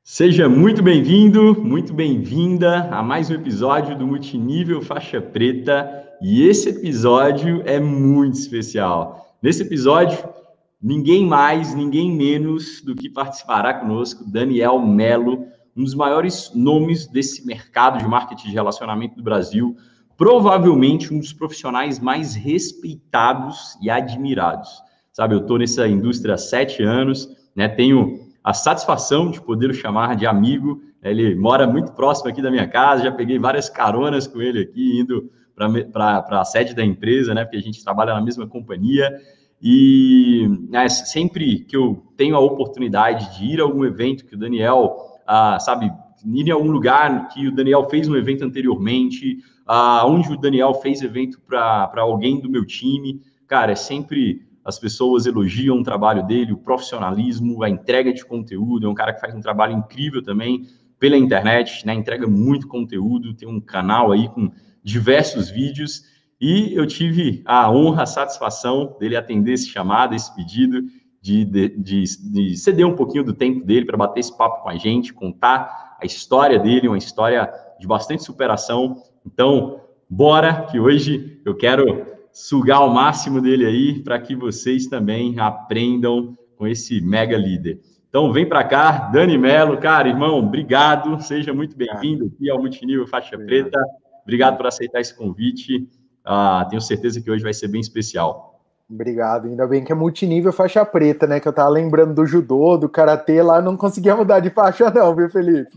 Seja muito bem-vindo, muito bem-vinda a mais um episódio do Multinível Faixa Preta, e esse episódio é muito especial. Nesse episódio, ninguém mais, ninguém menos do que participará conosco, Daniel Mello, um dos maiores nomes desse mercado de marketing de relacionamento do Brasil, provavelmente um dos profissionais mais respeitados e admirados. Sabe, eu estou nessa indústria há 7 anos, né, tenho a satisfação de poder o chamar de amigo. Ele mora muito próximo aqui da minha casa, já peguei várias caronas com ele aqui, indo para a sede da empresa, né, porque a gente trabalha na mesma companhia, e sempre que eu tenho a oportunidade de ir a algum evento que o Daniel, ir em algum lugar que o Daniel fez um evento anteriormente, onde o Daniel fez evento para alguém do meu time, cara, é sempre... As pessoas elogiam o trabalho dele, o profissionalismo, a entrega de conteúdo. É um cara que faz um trabalho incrível também pela internet, né? Entrega muito conteúdo, tem um canal aí com diversos vídeos. E eu tive a honra, a satisfação dele atender esse chamado, esse pedido, de ceder um pouquinho do tempo dele para bater esse papo com a gente, contar a história dele, uma história de bastante superação. Então, bora, que hoje eu quero sugar o máximo dele aí para que vocês também aprendam com esse mega líder. Então, vem para cá, Dani Mello, cara, irmão, obrigado, seja muito bem-vindo aqui ao Multinível Faixa Preta, obrigado por aceitar esse convite, tenho certeza que hoje vai ser bem especial. Obrigado, ainda bem que é multinível faixa preta, né, que eu tava lembrando do judô, do karatê lá, não conseguia mudar de faixa não, viu, Felipe?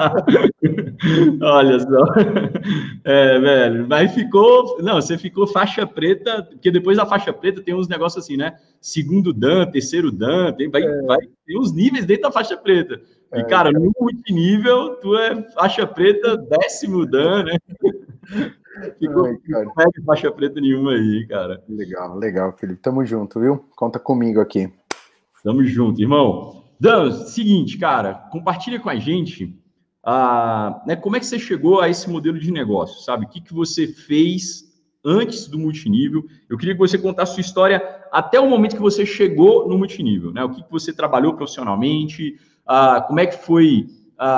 Olha só, velho, mas você ficou faixa preta, porque depois da faixa preta tem uns negócios assim, né, segundo dan, terceiro dan, tem uns níveis dentro da faixa preta, e cara, no multinível, tu é faixa preta, 10º dan, né? Ficou não pega faixa preta nenhuma aí, cara. Legal, Felipe. Tamo junto, viu? Conta comigo aqui. Tamo junto, irmão. Dan, seguinte, cara, compartilha com a gente né, como é que você chegou a esse modelo de negócio, sabe? O que você fez antes do multinível? Eu queria que você contasse a sua história até o momento que você chegou no multinível, né? O que você trabalhou profissionalmente, como é que foi...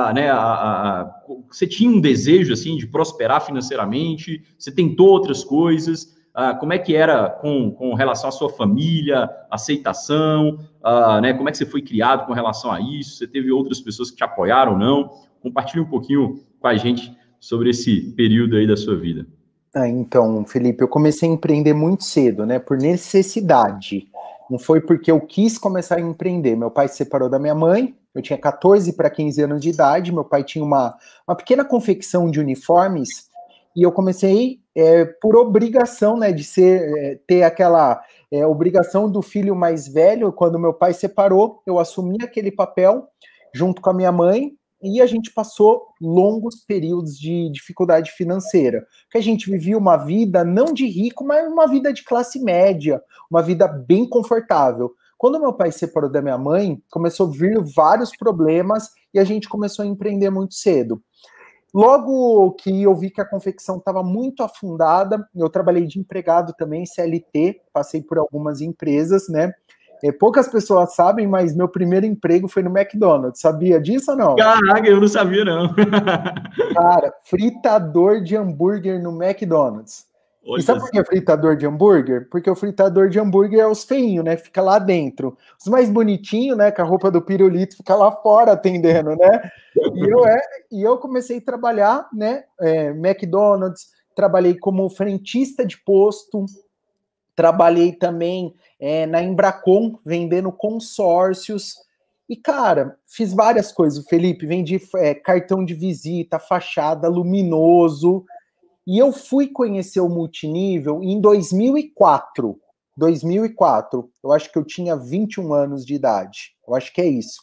você tinha um desejo assim de prosperar financeiramente? Você tentou outras coisas? Como é que era com relação à sua família, aceitação? Né, como é que você foi criado com relação a isso? Você teve outras pessoas que te apoiaram ou não? Compartilhe um pouquinho com a gente sobre esse período aí da sua vida. Então, Felipe, eu comecei a empreender muito cedo, né? Por necessidade. Não foi porque eu quis começar a empreender. Meu pai se separou da minha mãe. Eu tinha 14 para 15 anos de idade, meu pai tinha uma pequena confecção de uniformes, e eu comecei por obrigação, né, de ter aquela obrigação do filho mais velho. Quando meu pai separou, eu assumi aquele papel junto com a minha mãe, e a gente passou longos períodos de dificuldade financeira, porque a gente vivia uma vida não de rico, mas uma vida de classe média, uma vida bem confortável. Quando meu pai se separou da minha mãe, começou a vir vários problemas e a gente começou a empreender muito cedo. Logo que eu vi que a confecção estava muito afundada, eu trabalhei de empregado também, CLT, passei por algumas empresas, né? Poucas pessoas sabem, mas meu primeiro emprego foi no McDonald's. Sabia disso ou não? Caraca, eu não sabia, não. Cara, fritador de hambúrguer no McDonald's. Olha, e sabe por que é fritador de hambúrguer? Porque o fritador de hambúrguer é os feinhos, né? Fica lá dentro. Os mais bonitinhos, né? Com a roupa do pirulito, fica lá fora atendendo, né? E eu comecei a trabalhar, né? McDonald's, trabalhei como frentista de posto, trabalhei também na Embracon, vendendo consórcios. E, cara, fiz várias coisas, Felipe. Vendi cartão de visita, fachada, luminoso. E eu fui conhecer o multinível em 2004. 2004. Eu acho que eu tinha 21 anos de idade. Eu acho que é isso.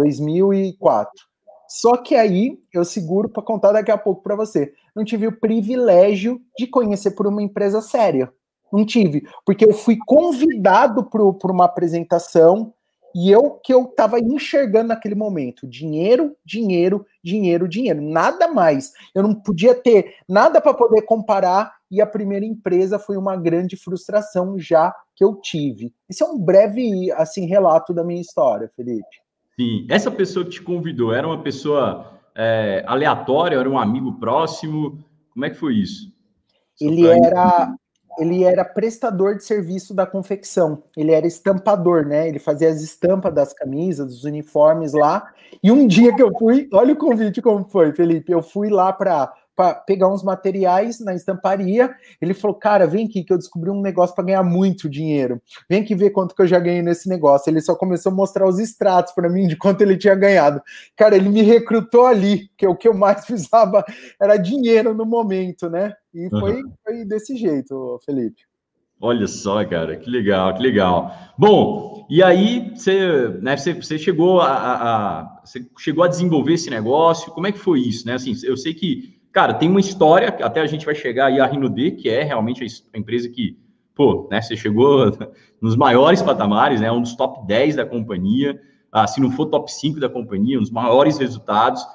2004. Só que aí, eu seguro para contar daqui a pouco para você. Não tive o privilégio de conhecer por uma empresa séria. Não tive. Porque eu fui convidado por uma apresentação e eu estava enxergando naquele momento. Dinheiro, dinheiro, dinheiro, dinheiro. Nada mais. Eu não podia ter nada para poder comparar, e a primeira empresa foi uma grande frustração já que eu tive. Esse é um breve, assim, relato da minha história, Felipe. Sim. Essa pessoa que te convidou era uma pessoa aleatória, era um amigo próximo? Como é que foi isso? Só Ele para era ele era prestador de serviço da confecção, ele era estampador, né? Ele fazia as estampas das camisas, dos uniformes lá. E um dia que eu fui, olha o convite como foi, Felipe. Eu fui lá para pegar uns materiais na estamparia. Ele falou: cara, vem aqui que eu descobri um negócio para ganhar muito dinheiro. Vem aqui ver quanto que eu já ganhei nesse negócio. Ele só começou a mostrar os extratos para mim de quanto ele tinha ganhado. Cara, ele me recrutou ali, que o que eu mais precisava era dinheiro no momento, né? E foi desse jeito, Felipe. Olha só, cara, que legal, que legal. Bom, e aí você chegou você chegou a desenvolver esse negócio. Como é que foi isso, né? Assim, eu sei que, cara, tem uma história, até a gente vai chegar aí a Rinode, que é realmente a empresa que, pô, né, você chegou nos maiores patamares, né? Um dos top 10 da companhia, se não for top 5 da companhia, um dos maiores resultados.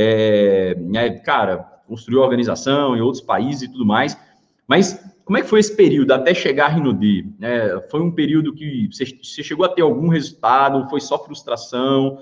Né, cara, construiu organização em outros países e tudo mais. Mas como é que foi esse período até chegar a Rinode? Foi um período que você chegou a ter algum resultado? Foi só frustração?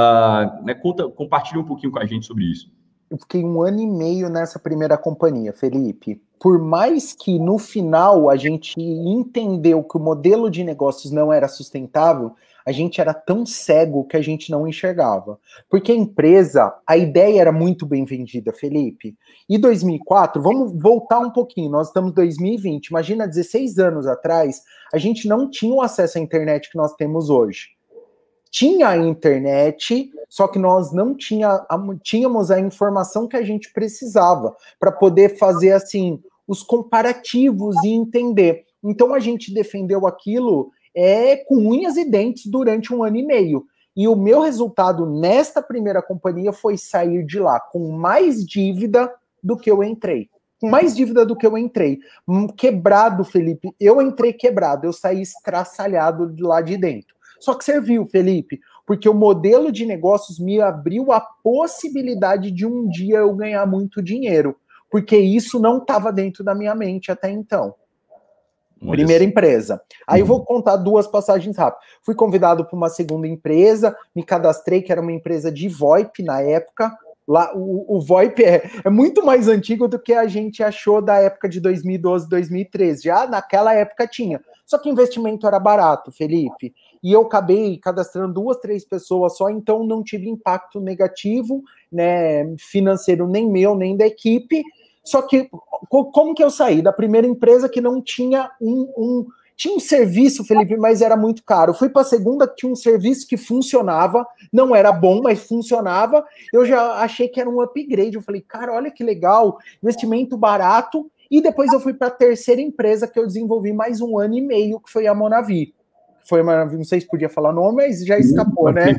Compartilha um pouquinho com a gente sobre isso. Eu fiquei 1 ano e meio nessa primeira companhia, Felipe. Por mais que no final a gente entendeu que o modelo de negócios não era sustentável, a gente era tão cego que a gente não enxergava. Porque a empresa, a ideia era muito bem vendida, Felipe. E 2004, vamos voltar um pouquinho, nós estamos em 2020, imagina 16 anos atrás, a gente não tinha o acesso à internet que nós temos hoje. Tinha a internet, só que nós não tínhamos a informação que a gente precisava para poder fazer assim os comparativos e entender. Então a gente defendeu aquilo com unhas e dentes durante 1 ano e meio. E o meu resultado nesta primeira companhia foi sair de lá com mais dívida do que eu entrei. Com mais dívida do que eu entrei. Quebrado, Felipe. Eu entrei quebrado, eu saí estraçalhado de lá de dentro. Só que serviu, Felipe, porque o modelo de negócios me abriu a possibilidade de um dia eu ganhar muito dinheiro, porque isso não estava dentro da minha mente até então. Primeira empresa. Aí eu vou contar 2 passagens rápidas. Fui convidado para uma segunda empresa, me cadastrei, que era uma empresa de VoIP na época. Lá, o VoIP é muito mais antigo do que a gente achou da época de 2012, 2013. Já naquela época tinha. Só que o investimento era barato, Felipe. E eu acabei cadastrando 2, 3 pessoas só, então não tive impacto negativo, né, financeiro nem meu, nem da equipe. Só que, como que eu saí? Da primeira empresa que não tinha tinha um serviço, Felipe, mas era muito caro. Fui para a segunda que tinha um serviço que funcionava, não era bom, mas funcionava. Eu já achei que era um upgrade. Eu falei, cara, olha que legal, investimento barato. E depois eu fui para a terceira empresa que eu desenvolvi mais 1 ano e meio, que foi a Monavi. Foi uma, não sei se podia falar nome, mas já escapou, né?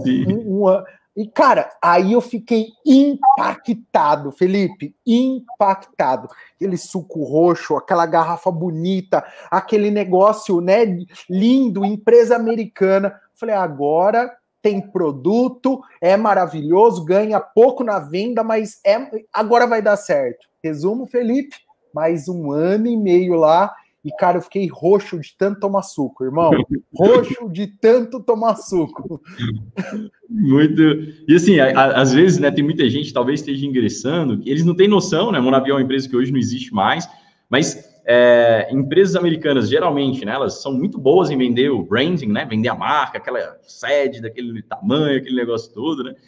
E, cara, aí eu fiquei impactado, Felipe, impactado. Aquele suco roxo, aquela garrafa bonita, aquele negócio, né, lindo, empresa americana. Falei, agora tem produto, é maravilhoso, ganha pouco na venda, mas agora vai dar certo. Resumo, Felipe, mais 1 ano e meio lá. E, cara, eu fiquei roxo de tanto tomar suco, irmão. Roxo de tanto tomar suco. Muito. E assim, às vezes, né, tem muita gente talvez esteja ingressando, eles não têm noção, né? Monavi é uma empresa que hoje não existe mais, mas empresas americanas, geralmente, né, elas são muito boas em vender o branding, né? Vender a marca, aquela sede daquele tamanho, aquele negócio todo, né?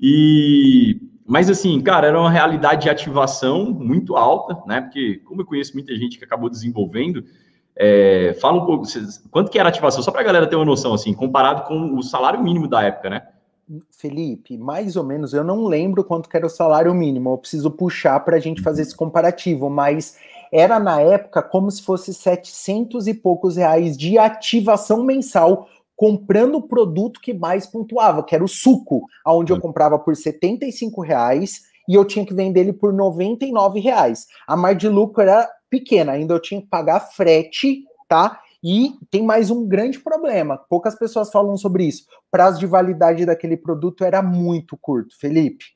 Mas assim, cara, era uma realidade de ativação muito alta, né? Porque, como eu conheço muita gente que acabou desenvolvendo, fala um pouco, quanto que era a ativação, só para a galera ter uma noção, assim, comparado com o salário mínimo da época, né? Felipe, mais ou menos, eu não lembro quanto que era o salário mínimo, eu preciso puxar para a gente fazer esse comparativo, mas era na época como se fosse 700 e poucos reais de ativação mensal, comprando o produto que mais pontuava, que era o suco, onde eu comprava por 75 reais e eu tinha que vender ele por 99 reais. A margem de lucro era pequena, ainda eu tinha que pagar frete, tá? E tem mais um grande problema, poucas pessoas falam sobre isso. O prazo de validade daquele produto era muito curto, Felipe.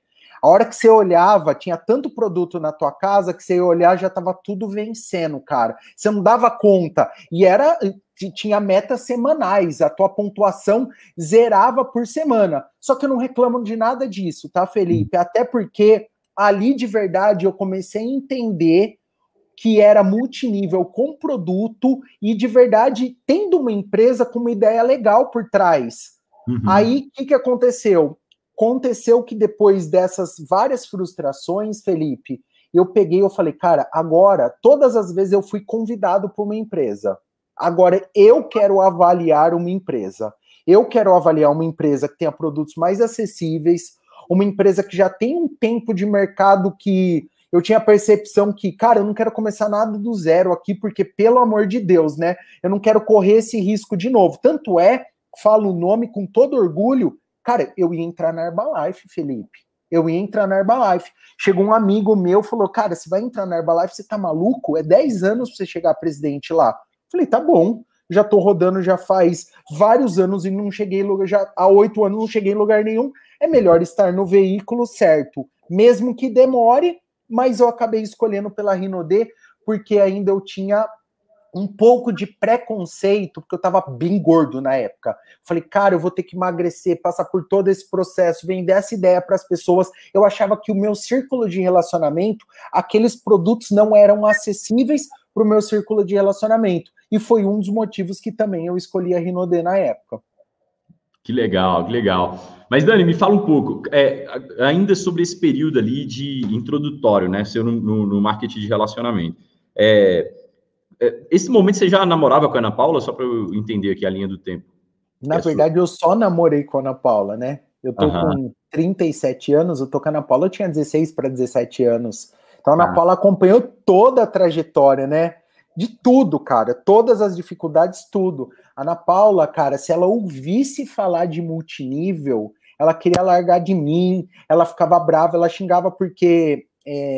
A hora que você olhava, tinha tanto produto na tua casa que você ia olhar, já estava tudo vencendo, cara. Você não dava conta. E tinha metas semanais, a tua pontuação zerava por semana. Só que eu não reclamo de nada disso, tá, Felipe? Até porque ali de verdade eu comecei a entender que era multinível com produto e de verdade tendo uma empresa com uma ideia legal por trás. Aí, o que aconteceu? Aconteceu que depois dessas várias frustrações, Felipe, eu falei, cara, agora, todas as vezes eu fui convidado por uma empresa. Agora, eu quero avaliar uma empresa. Eu quero avaliar uma empresa que tenha produtos mais acessíveis, uma empresa que já tem um tempo de mercado que eu tinha a percepção que, cara, eu não quero começar nada do zero aqui, porque, pelo amor de Deus, né? Eu não quero correr esse risco de novo. Tanto é, falo o nome com todo orgulho, cara, eu ia entrar na Herbalife, Felipe. Eu ia entrar na Herbalife. Chegou um amigo meu, falou, cara, você vai entrar na Herbalife, você tá maluco? É 10 anos pra você chegar a presidente lá. Falei, tá bom, já tô rodando já faz vários anos e não cheguei, já há 8 anos não cheguei em lugar nenhum. É melhor estar no veículo certo, mesmo que demore, mas eu acabei escolhendo pela Rinode, porque ainda eu tinha um pouco de preconceito, porque eu tava bem gordo na época. Falei, cara, eu vou ter que emagrecer, passar por todo esse processo, vender essa ideia para as pessoas. Eu achava que o meu círculo de relacionamento, aqueles produtos não eram acessíveis para o meu círculo de relacionamento. E foi um dos motivos que também eu escolhi a Rinode na época. Que legal, que legal. Mas, Dani, me fala um pouco, ainda sobre esse período ali de introdutório, né, seu no marketing de relacionamento. Esse momento você já namorava com a Ana Paula, só para eu entender aqui a linha do tempo? Na verdade, eu só namorei com a Ana Paula, né? Eu tô com 37 anos, eu tô com a Ana Paula, eu tinha 16 para 17 anos. Então a Ana Paula acompanhou toda a trajetória, né? De tudo, cara. Todas as dificuldades, tudo. A Ana Paula, cara, se ela ouvisse falar de multinível, ela queria largar de mim, ela ficava brava, ela xingava porque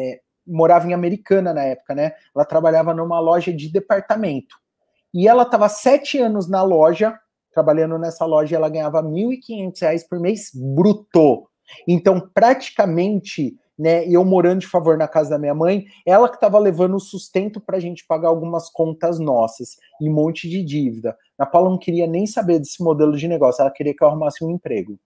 morava em Americana na época, né? Ela trabalhava numa loja de departamento. E ela estava 7 anos na loja, trabalhando nessa loja, e ela ganhava R$ 1.500 por mês bruto. Então, praticamente, né, eu morando de favor na casa da minha mãe, ela que estava levando o sustento para a gente pagar algumas contas nossas e um monte de dívida. A Paula não queria nem saber desse modelo de negócio, ela queria que eu arrumasse um emprego.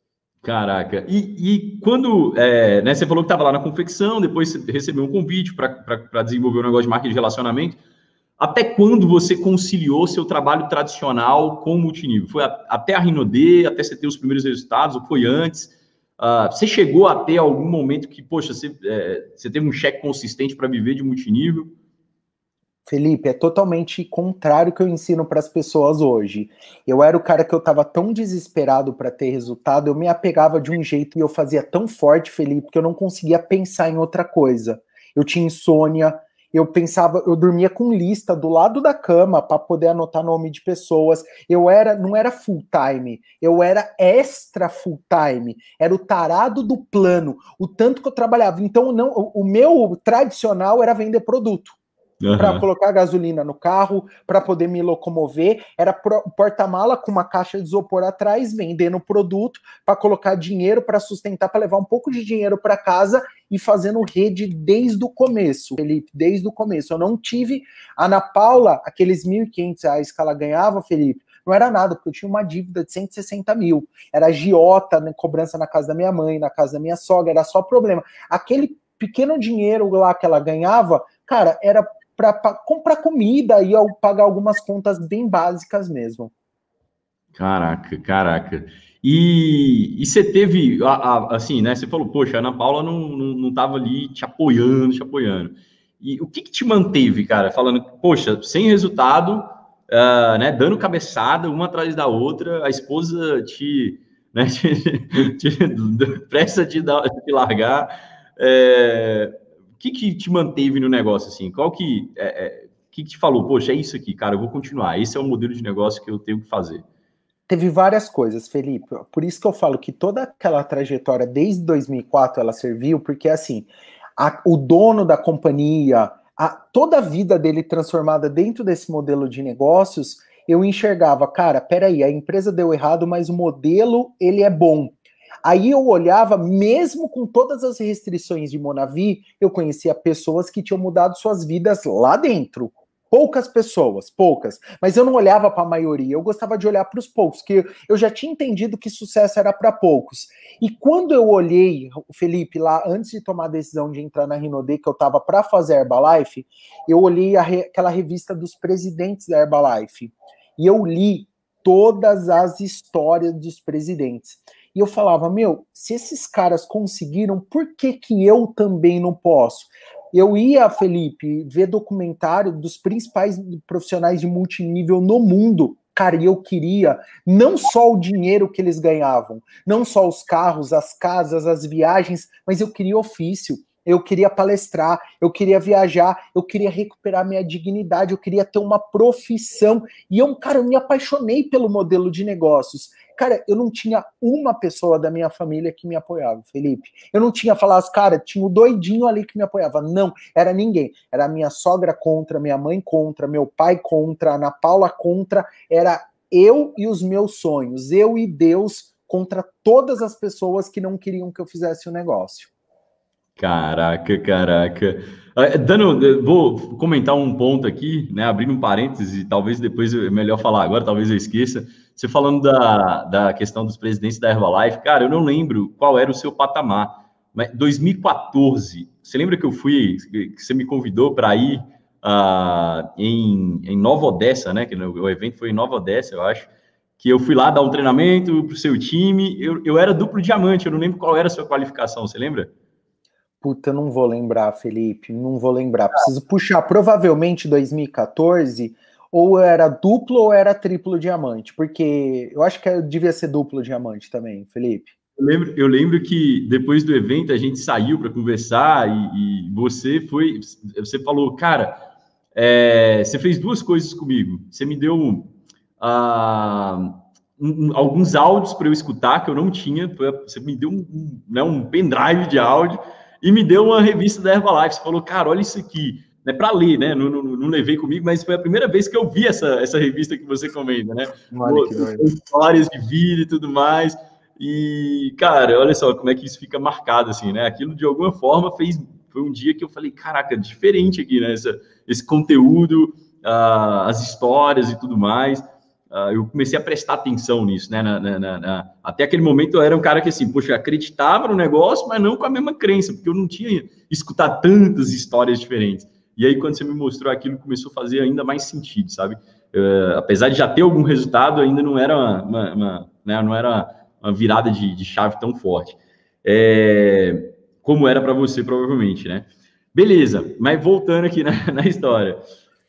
Caraca, e quando né, você falou que estava lá na confecção, depois você recebeu um convite para desenvolver um negócio de marketing de relacionamento, até quando você conciliou seu trabalho tradicional com o multinível? Foi até a Rinode, até você ter os primeiros resultados, ou foi antes? Você chegou a ter algum momento que, poxa, você teve um cheque consistente para viver de multinível? Felipe, é totalmente contrário que eu ensino para as pessoas hoje. Eu era o cara que eu estava tão desesperado para ter resultado, eu me apegava de um jeito e eu fazia tão forte, Felipe, que eu não conseguia pensar em outra coisa. Eu tinha insônia, eu dormia com lista do lado da cama para poder anotar nome de pessoas. Não era full time, eu era extra full time. Era o tarado do plano, o tanto que eu trabalhava. Então, o meu tradicional era vender produto. Para colocar gasolina no carro, para poder me locomover, era porta-mala com uma caixa de isopor atrás, vendendo produto, para colocar dinheiro, para sustentar, para levar um pouco de dinheiro para casa e fazendo rede desde o começo, Felipe, desde o começo. Eu não tive, a Ana Paula, aqueles R$ 1.500 que ela ganhava, Felipe, não era nada, porque eu tinha uma dívida de 160 mil, era agiota, né, cobrança na casa da minha mãe, na casa da minha sogra, era só problema. Aquele pequeno dinheiro lá que ela ganhava, cara, era para comprar comida e pagar algumas contas bem básicas mesmo. Caraca. E você teve, assim, né? Você falou, poxa, a Ana Paula não tava ali te apoiando. E o que te manteve, cara, falando, poxa, sem resultado, né, dando cabeçada uma atrás da outra, a esposa né, pressa de largar, o que te manteve no negócio, assim? Que te falou, poxa, é isso aqui, cara, eu vou continuar, esse é o modelo de negócio que eu tenho que fazer? Teve várias coisas, Felipe, por isso que eu falo que toda aquela trajetória desde 2004 ela serviu, porque assim, o dono da companhia, toda a vida dele transformada dentro desse modelo de negócios, eu enxergava, cara, peraí, a empresa deu errado, mas o modelo, ele é bom. Aí eu olhava, mesmo com todas as restrições de Monavi, eu conhecia pessoas que tinham mudado suas vidas lá dentro. Poucas pessoas, poucas. Mas eu não olhava para a maioria, eu gostava de olhar para os poucos, que eu já tinha entendido que sucesso era para poucos. E quando eu olhei, Felipe, lá antes de tomar a decisão de entrar na Rinode, que eu estava para fazer a Herbalife, eu olhei aquela revista dos presidentes da Herbalife. E eu li todas as histórias dos presidentes. E eu falava, meu, se esses caras conseguiram, por que que eu também não posso? Eu ia, Felipe, ver documentário dos principais profissionais de multinível no mundo. Cara, e eu queria não só o dinheiro que eles ganhavam, não só os carros, as casas, as viagens, mas eu queria ofício. Eu queria palestrar, eu queria viajar, eu queria recuperar minha dignidade, eu queria ter uma profissão. E eu, cara, eu me apaixonei pelo modelo de negócios. Cara, eu não tinha uma pessoa da minha família que me apoiava, Felipe. Eu não tinha falado, cara, tinha o doidinho ali que me apoiava. Não, era ninguém. Era a minha sogra contra, minha mãe contra, meu pai contra, Ana Paula contra. Era eu e os meus sonhos, eu e Deus contra todas as pessoas que não queriam que eu fizesse o negócio. Caraca, caraca. Vou comentar um ponto aqui, né? Abrindo um parêntese, talvez depois é melhor falar agora, talvez eu esqueça. Você falando da questão dos presidentes da Herbalife, cara, eu não lembro qual era o seu patamar. Mas 2014, você lembra que que você me convidou para ir em Nova Odessa, né? Que o evento foi em Nova Odessa, eu acho. Que eu fui lá dar um treinamento para o seu time. Eu era duplo diamante, eu não lembro qual era a sua qualificação, você lembra? Puta, eu não vou lembrar, Felipe, não vou lembrar. Preciso puxar, provavelmente 2014, ou era duplo ou era triplo diamante, porque eu acho que devia ser duplo diamante também, Felipe. Eu lembro que depois do evento a gente saiu para conversar e você falou, cara, você fez duas coisas comigo. Você me deu alguns áudios para eu escutar que eu não tinha. Você me deu um pendrive de áudio e me deu uma revista da Herbalife. Você falou, cara, olha isso aqui. É para ler, né? Não levei comigo, mas foi a primeira vez que eu vi essa revista que você comenta, né? Histórias de vida e tudo mais. E, cara, olha só como é que isso fica marcado, assim, né? Aquilo, de alguma forma, foi um dia que eu falei, caraca, diferente aqui, né? Esse conteúdo, as histórias e tudo mais. Eu comecei a prestar atenção nisso, né? Até aquele momento eu era um cara que, assim, poxa, acreditava no negócio, mas não com a mesma crença, porque eu não tinha escutado tantas histórias diferentes. E aí, quando você me mostrou aquilo, começou a fazer ainda mais sentido, sabe? Apesar de já ter algum resultado, ainda não era não era uma virada de chave tão forte. Como era para você, provavelmente, né? Beleza, mas voltando aqui na história.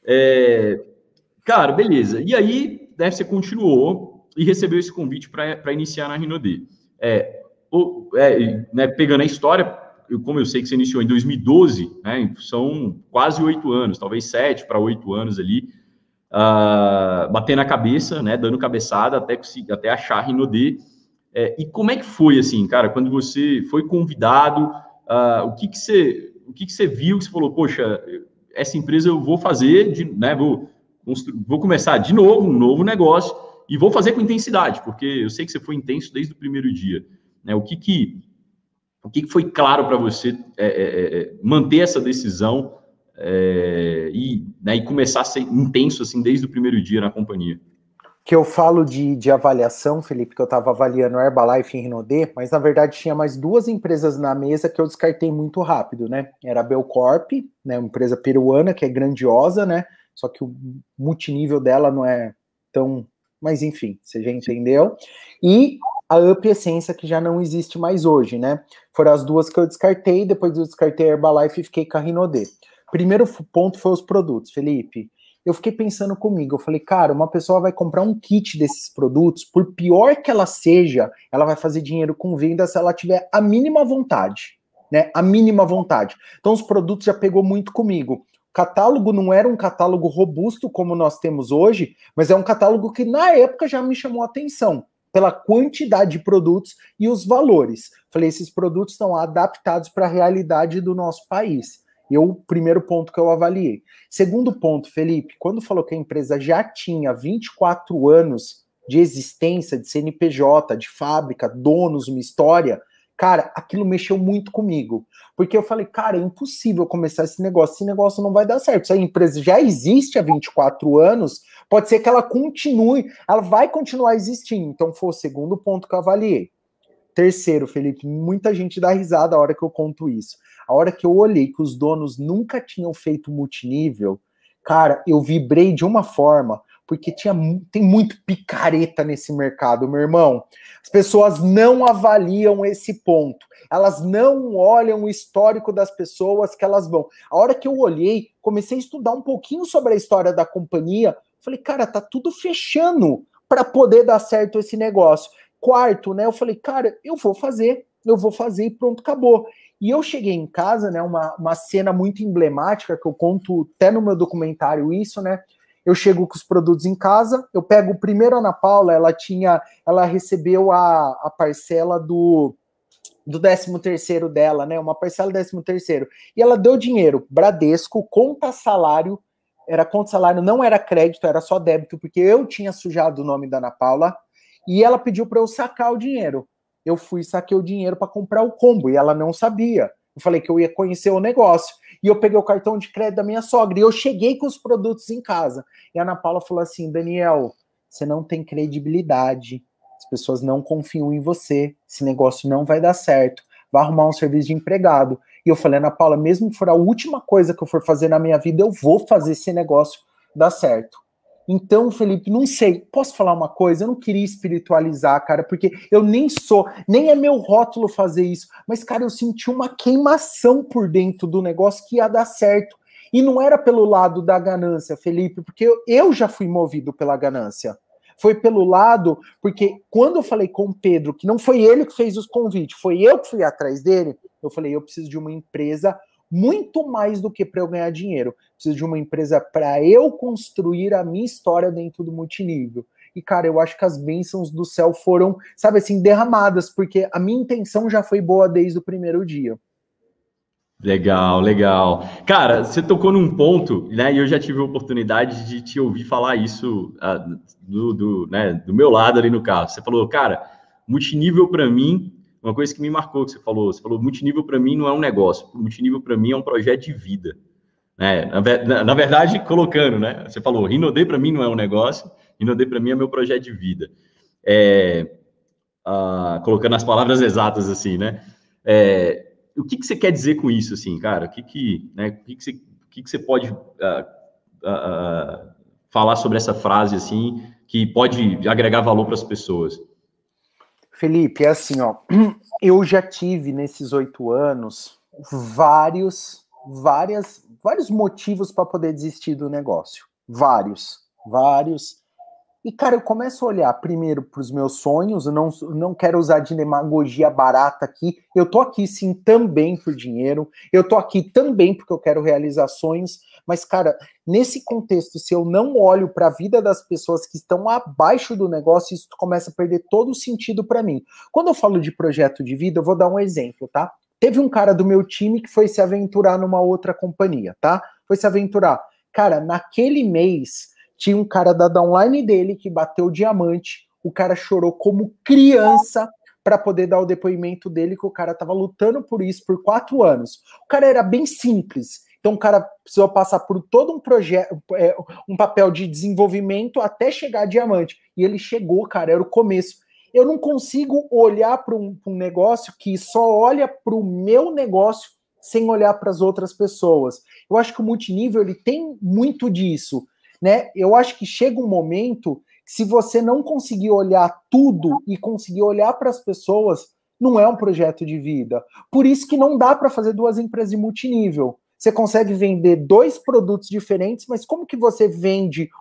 Cara, beleza. E aí, né, você continuou e recebeu esse convite para iniciar na Rinode. Né, pegando a história, como eu sei que você iniciou em 2012, né, são quase 8 anos, talvez 7 para 8 anos ali, batendo a cabeça, né, dando cabeçada até achar a Rinode. E como é que foi, assim, cara, quando você foi convidado, o que você viu, que você falou, poxa, essa empresa eu vou fazer, né, vou começar de novo, um novo negócio, e vou fazer com intensidade, porque eu sei que você foi intenso desde o primeiro dia, né? O que foi claro para você manter essa decisão né, e começar a ser intenso, assim, desde o primeiro dia na companhia? Que eu falo de avaliação, Felipe, que eu estava avaliando a Herbalife e Rinode, mas na verdade tinha mais duas empresas na mesa que eu descartei muito rápido, né? Era a Belcorp, né, uma empresa peruana que é grandiosa, né? Só que o multinível dela não é tão... Mas enfim, você já entendeu. E a Up Essência, que já não existe mais hoje, né? Foram as duas que eu descartei, depois eu descartei a Herbalife e fiquei com a Rinode. Primeiro ponto foi os produtos, Felipe. Eu fiquei pensando comigo, eu falei, cara, uma pessoa vai comprar um kit desses produtos, por pior que ela seja, ela vai fazer dinheiro com venda se ela tiver a mínima vontade, né? A mínima vontade. Então os produtos já pegou muito comigo. O catálogo não era um catálogo robusto como nós temos hoje, mas é um catálogo que na época já me chamou a atenção pela quantidade de produtos e os valores. Falei, esses produtos estão adaptados para a realidade do nosso país. O primeiro ponto que eu avaliei. Segundo ponto, Felipe, quando falou que a empresa já tinha 24 anos de existência, de CNPJ, de fábrica, donos, uma história, cara, aquilo mexeu muito comigo. Porque eu falei, cara, é impossível começar esse negócio não vai dar certo. Se a empresa já existe há 24 anos, pode ser que ela continue, ela vai continuar existindo. Então foi o segundo ponto que eu avaliei. Terceiro, Felipe, muita gente dá risada a hora que eu conto isso. A hora que eu olhei que os donos nunca tinham feito multinível, cara, eu vibrei de uma forma, porque tem muito picareta nesse mercado, meu irmão. As pessoas não avaliam esse ponto. Elas não olham o histórico das pessoas que elas vão. A hora que eu olhei, comecei a estudar um pouquinho sobre a história da companhia, falei, cara, tá tudo fechando para poder dar certo esse negócio. Quarto, né? Eu falei, cara, eu vou fazer e pronto, acabou. E eu cheguei em casa, né? Uma cena muito emblemática que eu conto até no meu documentário isso, né? Eu chego com os produtos em casa, eu pego primeiro a Ana Paula, ela recebeu a parcela do 13º dela, né? Uma parcela do 13º. E ela deu dinheiro, Bradesco, conta salário, não era crédito, era só débito, porque eu tinha sujado o nome da Ana Paula. E ela pediu para eu sacar o dinheiro. Eu fui e saquei o dinheiro para comprar o combo, e ela não sabia. Eu falei que eu ia conhecer o negócio. E eu peguei o cartão de crédito da minha sogra, e eu cheguei com os produtos em casa. E a Ana Paula falou assim, Daniel, você não tem credibilidade, as pessoas não confiam em você, esse negócio não vai dar certo, vai arrumar um serviço de empregado. E eu falei, Ana Paula, mesmo que for a última coisa que eu for fazer na minha vida, eu vou fazer esse negócio dar certo. Então, Felipe, não sei, posso falar uma coisa? Eu não queria espiritualizar, cara, porque eu nem é meu rótulo fazer isso, mas, cara, eu senti uma queimação por dentro do negócio que ia dar certo. E não era pelo lado da ganância, Felipe, porque eu já fui movido pela ganância. Foi pelo lado, porque quando eu falei com o Pedro, que não foi ele que fez os convites, foi eu que fui atrás dele, eu falei, eu preciso de uma empresa muito mais do que para eu ganhar dinheiro. Preciso de uma empresa para eu construir a minha história dentro do multinível. E, cara, eu acho que as bênçãos do céu foram, sabe assim, derramadas, porque a minha intenção já foi boa desde o primeiro dia. Legal, legal. Cara, você tocou num ponto, né? E eu já tive a oportunidade de te ouvir falar isso do meu lado ali no carro. Você falou, cara, multinível para mim, uma coisa que me marcou que você falou multinível para mim não é um negócio, multinível para mim é um projeto de vida. Né? Na verdade, colocando, né? Você falou, Rinode para mim não é um negócio, Rinode para mim é meu projeto de vida. Colocando as palavras exatas assim, né? O que você quer dizer com isso, assim, cara? O que você pode falar sobre essa frase, assim, que pode agregar valor para as pessoas? Felipe, é assim, ó, eu já tive nesses 8 anos vários motivos para poder desistir do negócio. Vários. E, cara, eu começo a olhar primeiro para os meus sonhos, eu não quero usar de demagogia barata aqui, eu tô aqui sim também por dinheiro, eu tô aqui também porque eu quero realizar sonhos, mas, cara, nesse contexto, se eu não olho para a vida das pessoas que estão abaixo do negócio, isso começa a perder todo o sentido para mim. Quando eu falo de projeto de vida, eu vou dar um exemplo, tá? Teve um cara do meu time que foi se aventurar numa outra companhia, tá? Foi se aventurar. Cara, naquele mês tinha um cara da downline dele que bateu o diamante, o cara chorou como criança para poder dar o depoimento dele, que o cara estava lutando por isso por 4 anos. O cara era bem simples, então o cara precisou passar por todo um projeto, um papel de desenvolvimento até chegar a diamante. E ele chegou, cara, era o começo. Eu não consigo olhar para um negócio que só olha para o meu negócio sem olhar para as outras pessoas. Eu acho que o multinível ele tem muito disso. Né? Eu acho que chega um momento que se você não conseguir olhar tudo e conseguir olhar para as pessoas, não é um projeto de vida. Por isso que não dá para fazer 2 empresas de multinível. Você consegue vender 2 produtos diferentes, mas como que você vende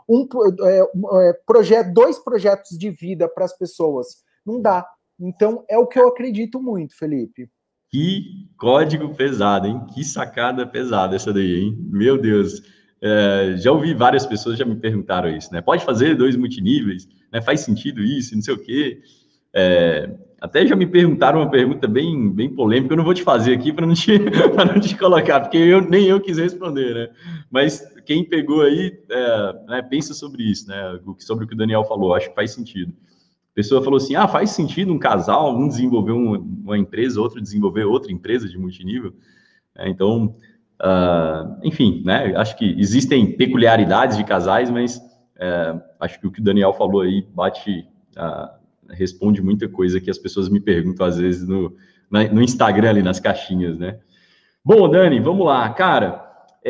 2 projetos de vida para as pessoas? Não dá. Então, é o que eu acredito muito, Felipe. Que código pesado, hein? Que sacada pesada essa daí, hein? Meu Deus. Já ouvi várias pessoas já me perguntaram isso, né? Pode fazer 2 multiníveis, né? Faz sentido isso, não sei o quê. Até já me perguntaram uma pergunta bem polêmica, eu não vou te fazer aqui para não te colocar, porque nem eu quis responder, né? Mas quem pegou aí, né, pensa sobre isso, né? Sobre o que o Daniel falou, acho que faz sentido. A pessoa falou assim, faz sentido um casal, um desenvolver uma empresa, outro desenvolver outra empresa de multinível? Então, enfim, né? Acho que existem peculiaridades de casais, mas acho que o que o Daniel falou aí responde muita coisa que as pessoas me perguntam às vezes no Instagram ali nas caixinhas, né? Bom, Dani, vamos lá, cara.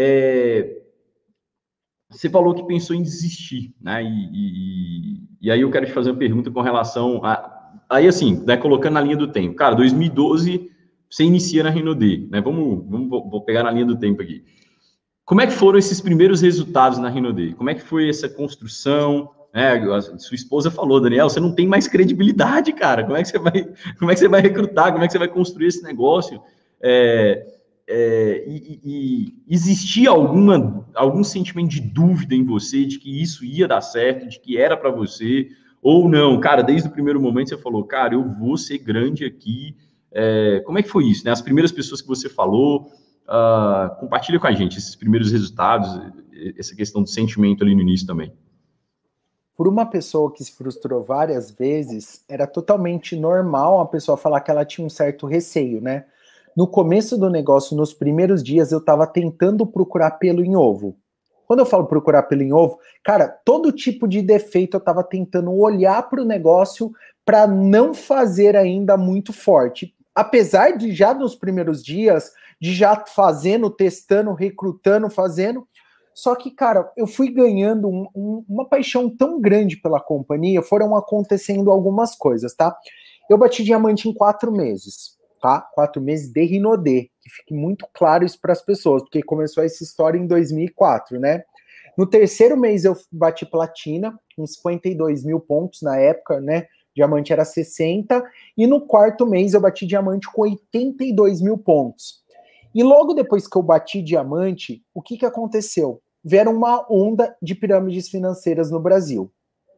Você falou que pensou em desistir, né? E aí eu quero te fazer uma pergunta com relação aí assim, né, colocando na linha do tempo. Cara, 2012 você inicia na Rinode, né? Vou pegar na linha do tempo aqui. Como é que foram esses primeiros resultados na Rinode? Como é que foi essa construção? A sua esposa falou, Daniel, você não tem mais credibilidade, cara. Como é que você vai recrutar? Como é que você vai construir esse negócio? Existia algum sentimento de dúvida em você de que isso ia dar certo, de que era para você, ou não? Cara, desde o primeiro momento você falou, cara, eu vou ser grande aqui. Como é que foi isso, né? As primeiras pessoas que você falou, compartilha com a gente esses primeiros resultados, essa questão do sentimento ali no início também. Por uma pessoa que se frustrou várias vezes, era totalmente normal a pessoa falar que ela tinha um certo receio, né? No começo do negócio, nos primeiros dias, eu estava tentando procurar pelo em ovo. Quando eu falo procurar pelo em ovo, cara, todo tipo de defeito eu estava tentando olhar para o negócio para não fazer ainda muito forte. Apesar de já nos primeiros dias, de já fazendo, testando, recrutando, fazendo. Só que, cara, eu fui ganhando uma paixão tão grande pela companhia, foram acontecendo algumas coisas, tá? Eu bati diamante em 4 meses, tá? 4 meses de Rinode, que fique muito claro isso para as pessoas, porque começou essa história em 2004, né? No terceiro mês eu bati platina, com 52 mil pontos na época, né? Diamante era 60, e no quarto mês eu bati diamante com 82 mil pontos. E logo depois que eu bati diamante, o que aconteceu? Vieram uma onda de pirâmides financeiras no Brasil.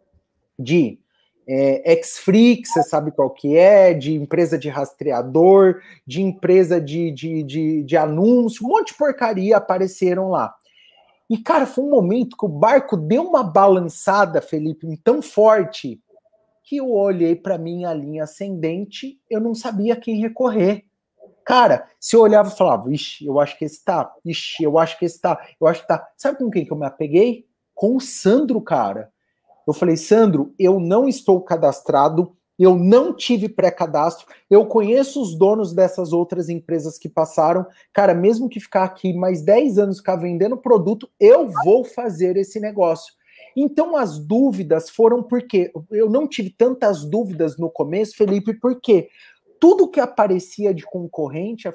De X-Free, que você sabe qual que é, de empresa de rastreador, de empresa de anúncio, um monte de porcaria apareceram lá. E, cara, foi um momento que o barco deu uma balançada, Felipe, tão forte, que eu olhei para minha linha ascendente, eu não sabia a quem recorrer. Cara, se eu olhava e falava, ixi, eu acho que esse tá, ixi, eu acho que esse tá, eu acho que tá. Sabe com quem que eu me apeguei? Com o Sandro, cara. Eu falei, Sandro, eu não estou cadastrado, eu não tive pré-cadastro, eu conheço os donos dessas outras empresas que passaram. Cara, mesmo que ficar aqui mais 10 anos ficar vendendo produto, eu vou fazer esse negócio. Então as dúvidas foram porque eu não tive tantas dúvidas no começo, Felipe, porque tudo que aparecia de concorrência,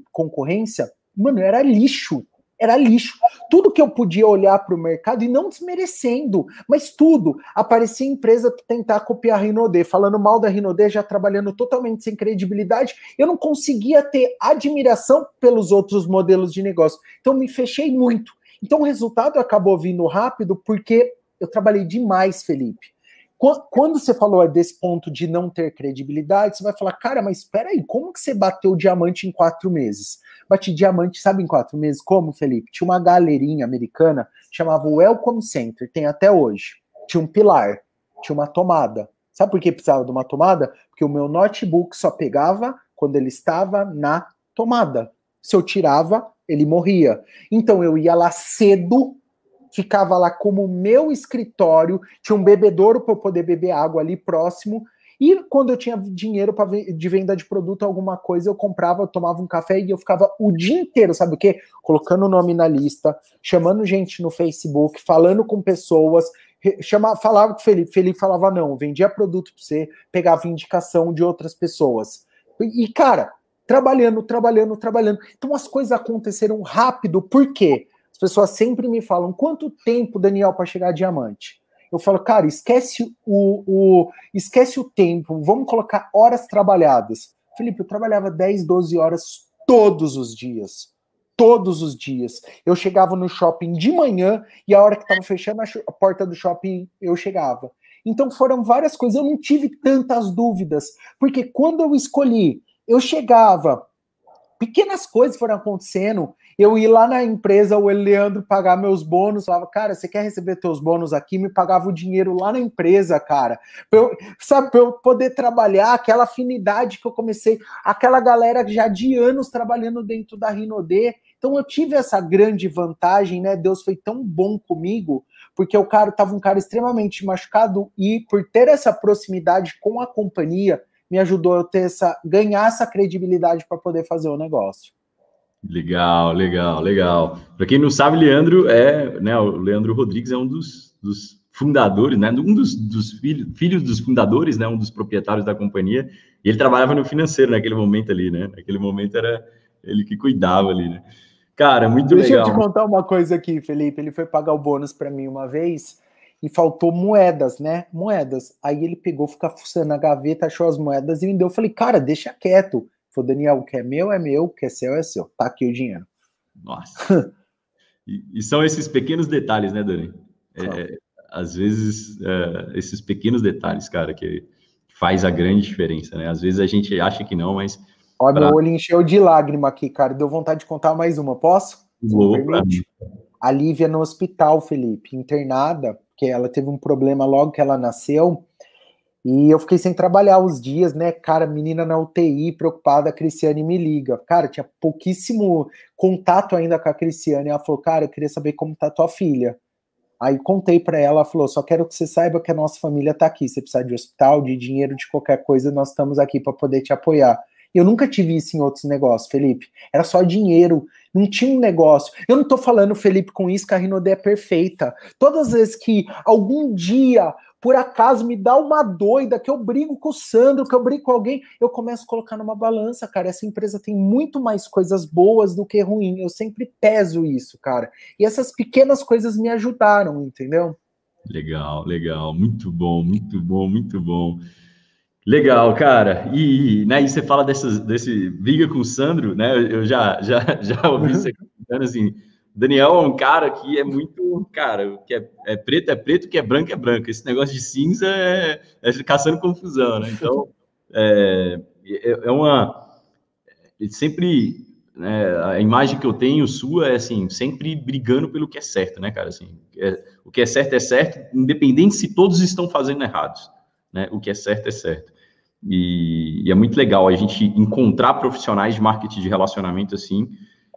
mano, era lixo. Era lixo. Tudo que eu podia olhar para o mercado, e não desmerecendo, mas tudo. Aparecia empresa para tentar copiar a Rinode, falando mal da Rinode, já trabalhando totalmente sem credibilidade. Eu não conseguia ter admiração pelos outros modelos de negócio. Então, me fechei muito. Então, o resultado acabou vindo rápido porque eu trabalhei demais, Felipe. Quando você falou desse ponto de não ter credibilidade, você vai falar, cara, mas espera aí, como que você bateu o diamante em 4 meses? Bati diamante, sabe em 4 meses como, Felipe? Tinha uma galerinha americana, chamava Welcome Center, tem até hoje. Tinha um pilar, tinha uma tomada. Sabe por que precisava de uma tomada? Porque o meu notebook só pegava quando ele estava na tomada. Se eu tirava, ele morria. Então eu ia lá cedo, ficava lá como meu escritório, tinha um bebedouro para eu poder beber água ali próximo, e quando eu tinha dinheiro de venda de produto, alguma coisa, eu comprava, eu tomava um café e eu ficava o dia inteiro, sabe o quê? Colocando o nome na lista, chamando gente no Facebook, falando com pessoas, falava com o Felipe falava não, vendia produto para você, pegava indicação de outras pessoas. E, cara, trabalhando. Então as coisas aconteceram rápido, por quê? As pessoas sempre me falam, quanto tempo, Daniel, para chegar a diamante? Eu falo, cara, esquece o tempo, vamos colocar horas trabalhadas. Felipe, eu trabalhava 10, 12 horas todos os dias. Todos os dias. Eu chegava no shopping de manhã e a hora que estava fechando a porta do shopping, eu chegava. Então foram várias coisas, eu não tive tantas dúvidas, porque quando eu escolhi, eu chegava, pequenas coisas foram acontecendo, eu ia lá na empresa, o Leandro pagar meus bônus, falava, cara, você quer receber teus bônus aqui? Me pagava o dinheiro lá na empresa, cara, pra eu poder trabalhar, aquela afinidade que eu comecei, aquela galera já de anos trabalhando dentro da Rinode. Então eu tive essa grande vantagem, né? Deus foi tão bom comigo, porque o cara estava um cara extremamente machucado e por ter essa proximidade com a companhia, me ajudou a ter ganhar essa credibilidade para poder fazer o negócio. Legal, legal, legal. Para quem não sabe, né, o Leandro Rodrigues é um dos fundadores, né, um dos filhos dos fundadores, né, um dos proprietários da companhia, e ele trabalhava no financeiro naquele momento ali, né, naquele momento era ele que cuidava ali, né. Cara, muito legal. Deixa eu te contar uma coisa aqui, Felipe, ele foi pagar o bônus para mim uma vez, e faltou moedas, né, moedas, aí ele pegou, ficou fuçando a gaveta, achou as moedas e me deu, eu falei, cara, deixa quieto. Falei, Daniel, o que é meu, o que é seu, tá aqui o dinheiro. Nossa. E são esses pequenos detalhes, né, Dani? Às vezes, esses pequenos detalhes, cara, que faz a grande diferença, né? Às vezes a gente acha que não, mas... Ó, meu olho encheu de lágrima aqui, cara. Deu vontade de contar mais uma, posso? Você me permite? A Lívia no hospital, Felipe, internada, porque ela teve um problema logo que ela nasceu, e eu fiquei sem trabalhar os dias, né? Cara, menina na UTI, preocupada, a Cristiane me liga. Cara, tinha pouquíssimo contato ainda com a Cristiane. Ela falou, cara, eu queria saber como tá tua filha. Aí contei pra ela, ela falou, só quero que você saiba que a nossa família tá aqui. Se você precisar de hospital, de dinheiro, de qualquer coisa, nós estamos aqui para poder te apoiar. Eu nunca tive isso em outros negócios, Felipe. Era só dinheiro, não tinha um negócio. Eu não tô falando, Felipe, com isso que a Rinode é perfeita. Todas as vezes que algum dia, por acaso, me dá uma doida, que eu brigo com o Sandro, que eu brigo com alguém, eu começo a colocar numa balança, cara. Essa empresa tem muito mais coisas boas do que ruins. Eu sempre peso isso, cara. E essas pequenas coisas me ajudaram, entendeu? Legal, legal. Muito bom, muito bom, muito bom. Legal, cara. Né, e você fala desse briga com o Sandro, né? Eu já ouvi você comentando assim. Daniel é um cara que é muito, cara, que é preto, que é branco. Esse negócio de cinza é caçando confusão, né? Então, é uma. Sempre. Né, a imagem que eu tenho sua é assim, sempre brigando pelo que é certo, né, cara? Assim, o que é certo, independente se todos estão fazendo errados, né? O que é certo. E é muito legal a gente encontrar profissionais de marketing de relacionamento assim,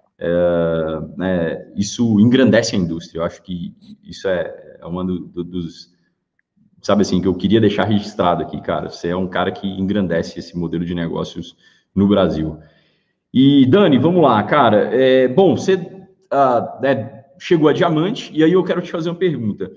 né, isso engrandece a indústria. Eu acho que isso é uma dos, sabe assim, que eu queria deixar registrado aqui, cara. Você é um cara que engrandece esse modelo de negócios no Brasil. E, Dani, vamos lá, cara. Bom, você né, chegou a diamante, e aí eu quero te fazer uma pergunta.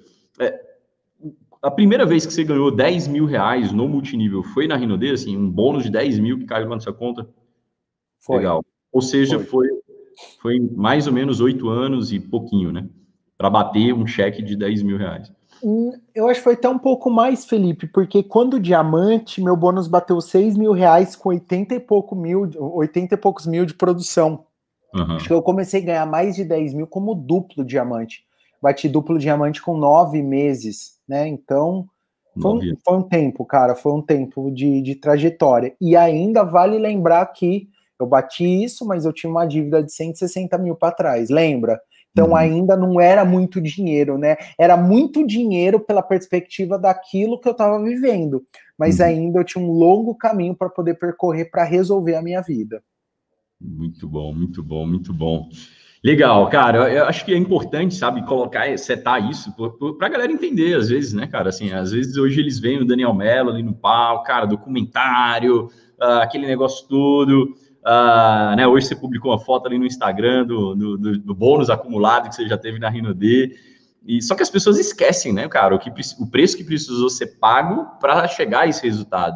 A primeira vez que você ganhou 10 mil reais no multinível foi na Rinode, assim, um bônus de 10 mil que caiu lá na sua conta? Foi. Legal. Ou seja, foi mais ou menos 8 anos e pouquinho, né? Para bater um cheque de 10 mil reais. Eu acho que foi até um pouco mais, Felipe, porque quando o diamante, meu bônus bateu 6 mil reais com 80 e poucos mil de produção. Uhum. Acho que eu comecei a ganhar mais de 10 mil como duplo diamante. Bati duplo diamante com 9 meses, né? Então, foi um tempo, cara, foi um tempo de trajetória. E ainda vale lembrar que eu bati isso, mas eu tinha uma dívida de 160 mil para trás, lembra? Então ainda não era muito dinheiro, né? Era muito dinheiro pela perspectiva daquilo que eu estava vivendo, mas ainda eu tinha um longo caminho para poder percorrer para resolver a minha vida. Muito bom, muito bom, muito bom. Legal, cara, eu acho que é importante, sabe, setar isso para a galera entender, às vezes, né, cara, assim, às vezes hoje eles veem o Daniel Mello ali no palco, cara, documentário, aquele negócio todo, né, hoje você publicou uma foto ali no Instagram do bônus acumulado que você já teve na Rinode, e só que as pessoas esquecem, né, cara, o preço que precisou ser pago para chegar a esse resultado.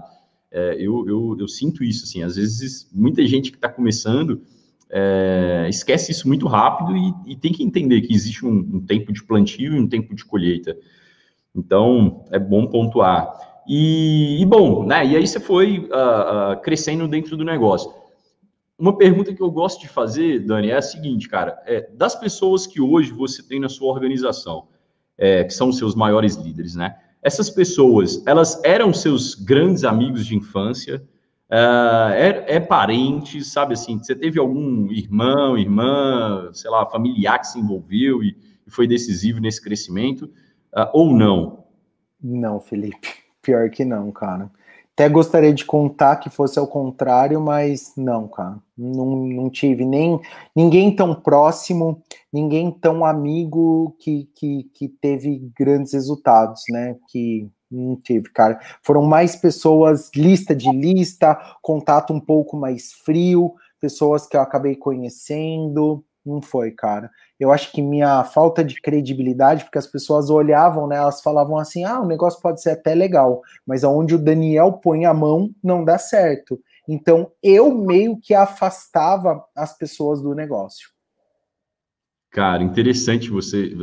Eu sinto isso, assim, às vezes muita gente que está começando esquece isso muito rápido e tem que entender que existe um tempo de plantio e um tempo de colheita. Então, é bom pontuar. E bom, né, e aí você foi crescendo dentro do negócio. Uma pergunta que eu gosto de fazer, Dani, é a seguinte, cara, das pessoas que hoje você tem na sua organização, que são os seus maiores líderes, né, essas pessoas, elas eram seus grandes amigos de infância? É parente, sabe assim? Você teve algum irmão, irmã, sei lá, familiar que se envolveu e foi decisivo nesse crescimento, ou não? Não, Felipe, pior que não, cara. Até gostaria de contar que fosse ao contrário, mas não, cara. Não tive nem ninguém tão próximo, ninguém tão amigo que teve grandes resultados, né? Que não tive, cara. Foram mais pessoas, lista de lista, contato um pouco mais frio, pessoas que eu acabei conhecendo. Não foi, cara. Eu acho que minha falta de credibilidade, porque as pessoas olhavam, né? Elas falavam assim: ah, o negócio pode ser até legal, mas aonde o Daniel põe a mão não dá certo. Então eu meio que afastava as pessoas do negócio. Cara, interessante você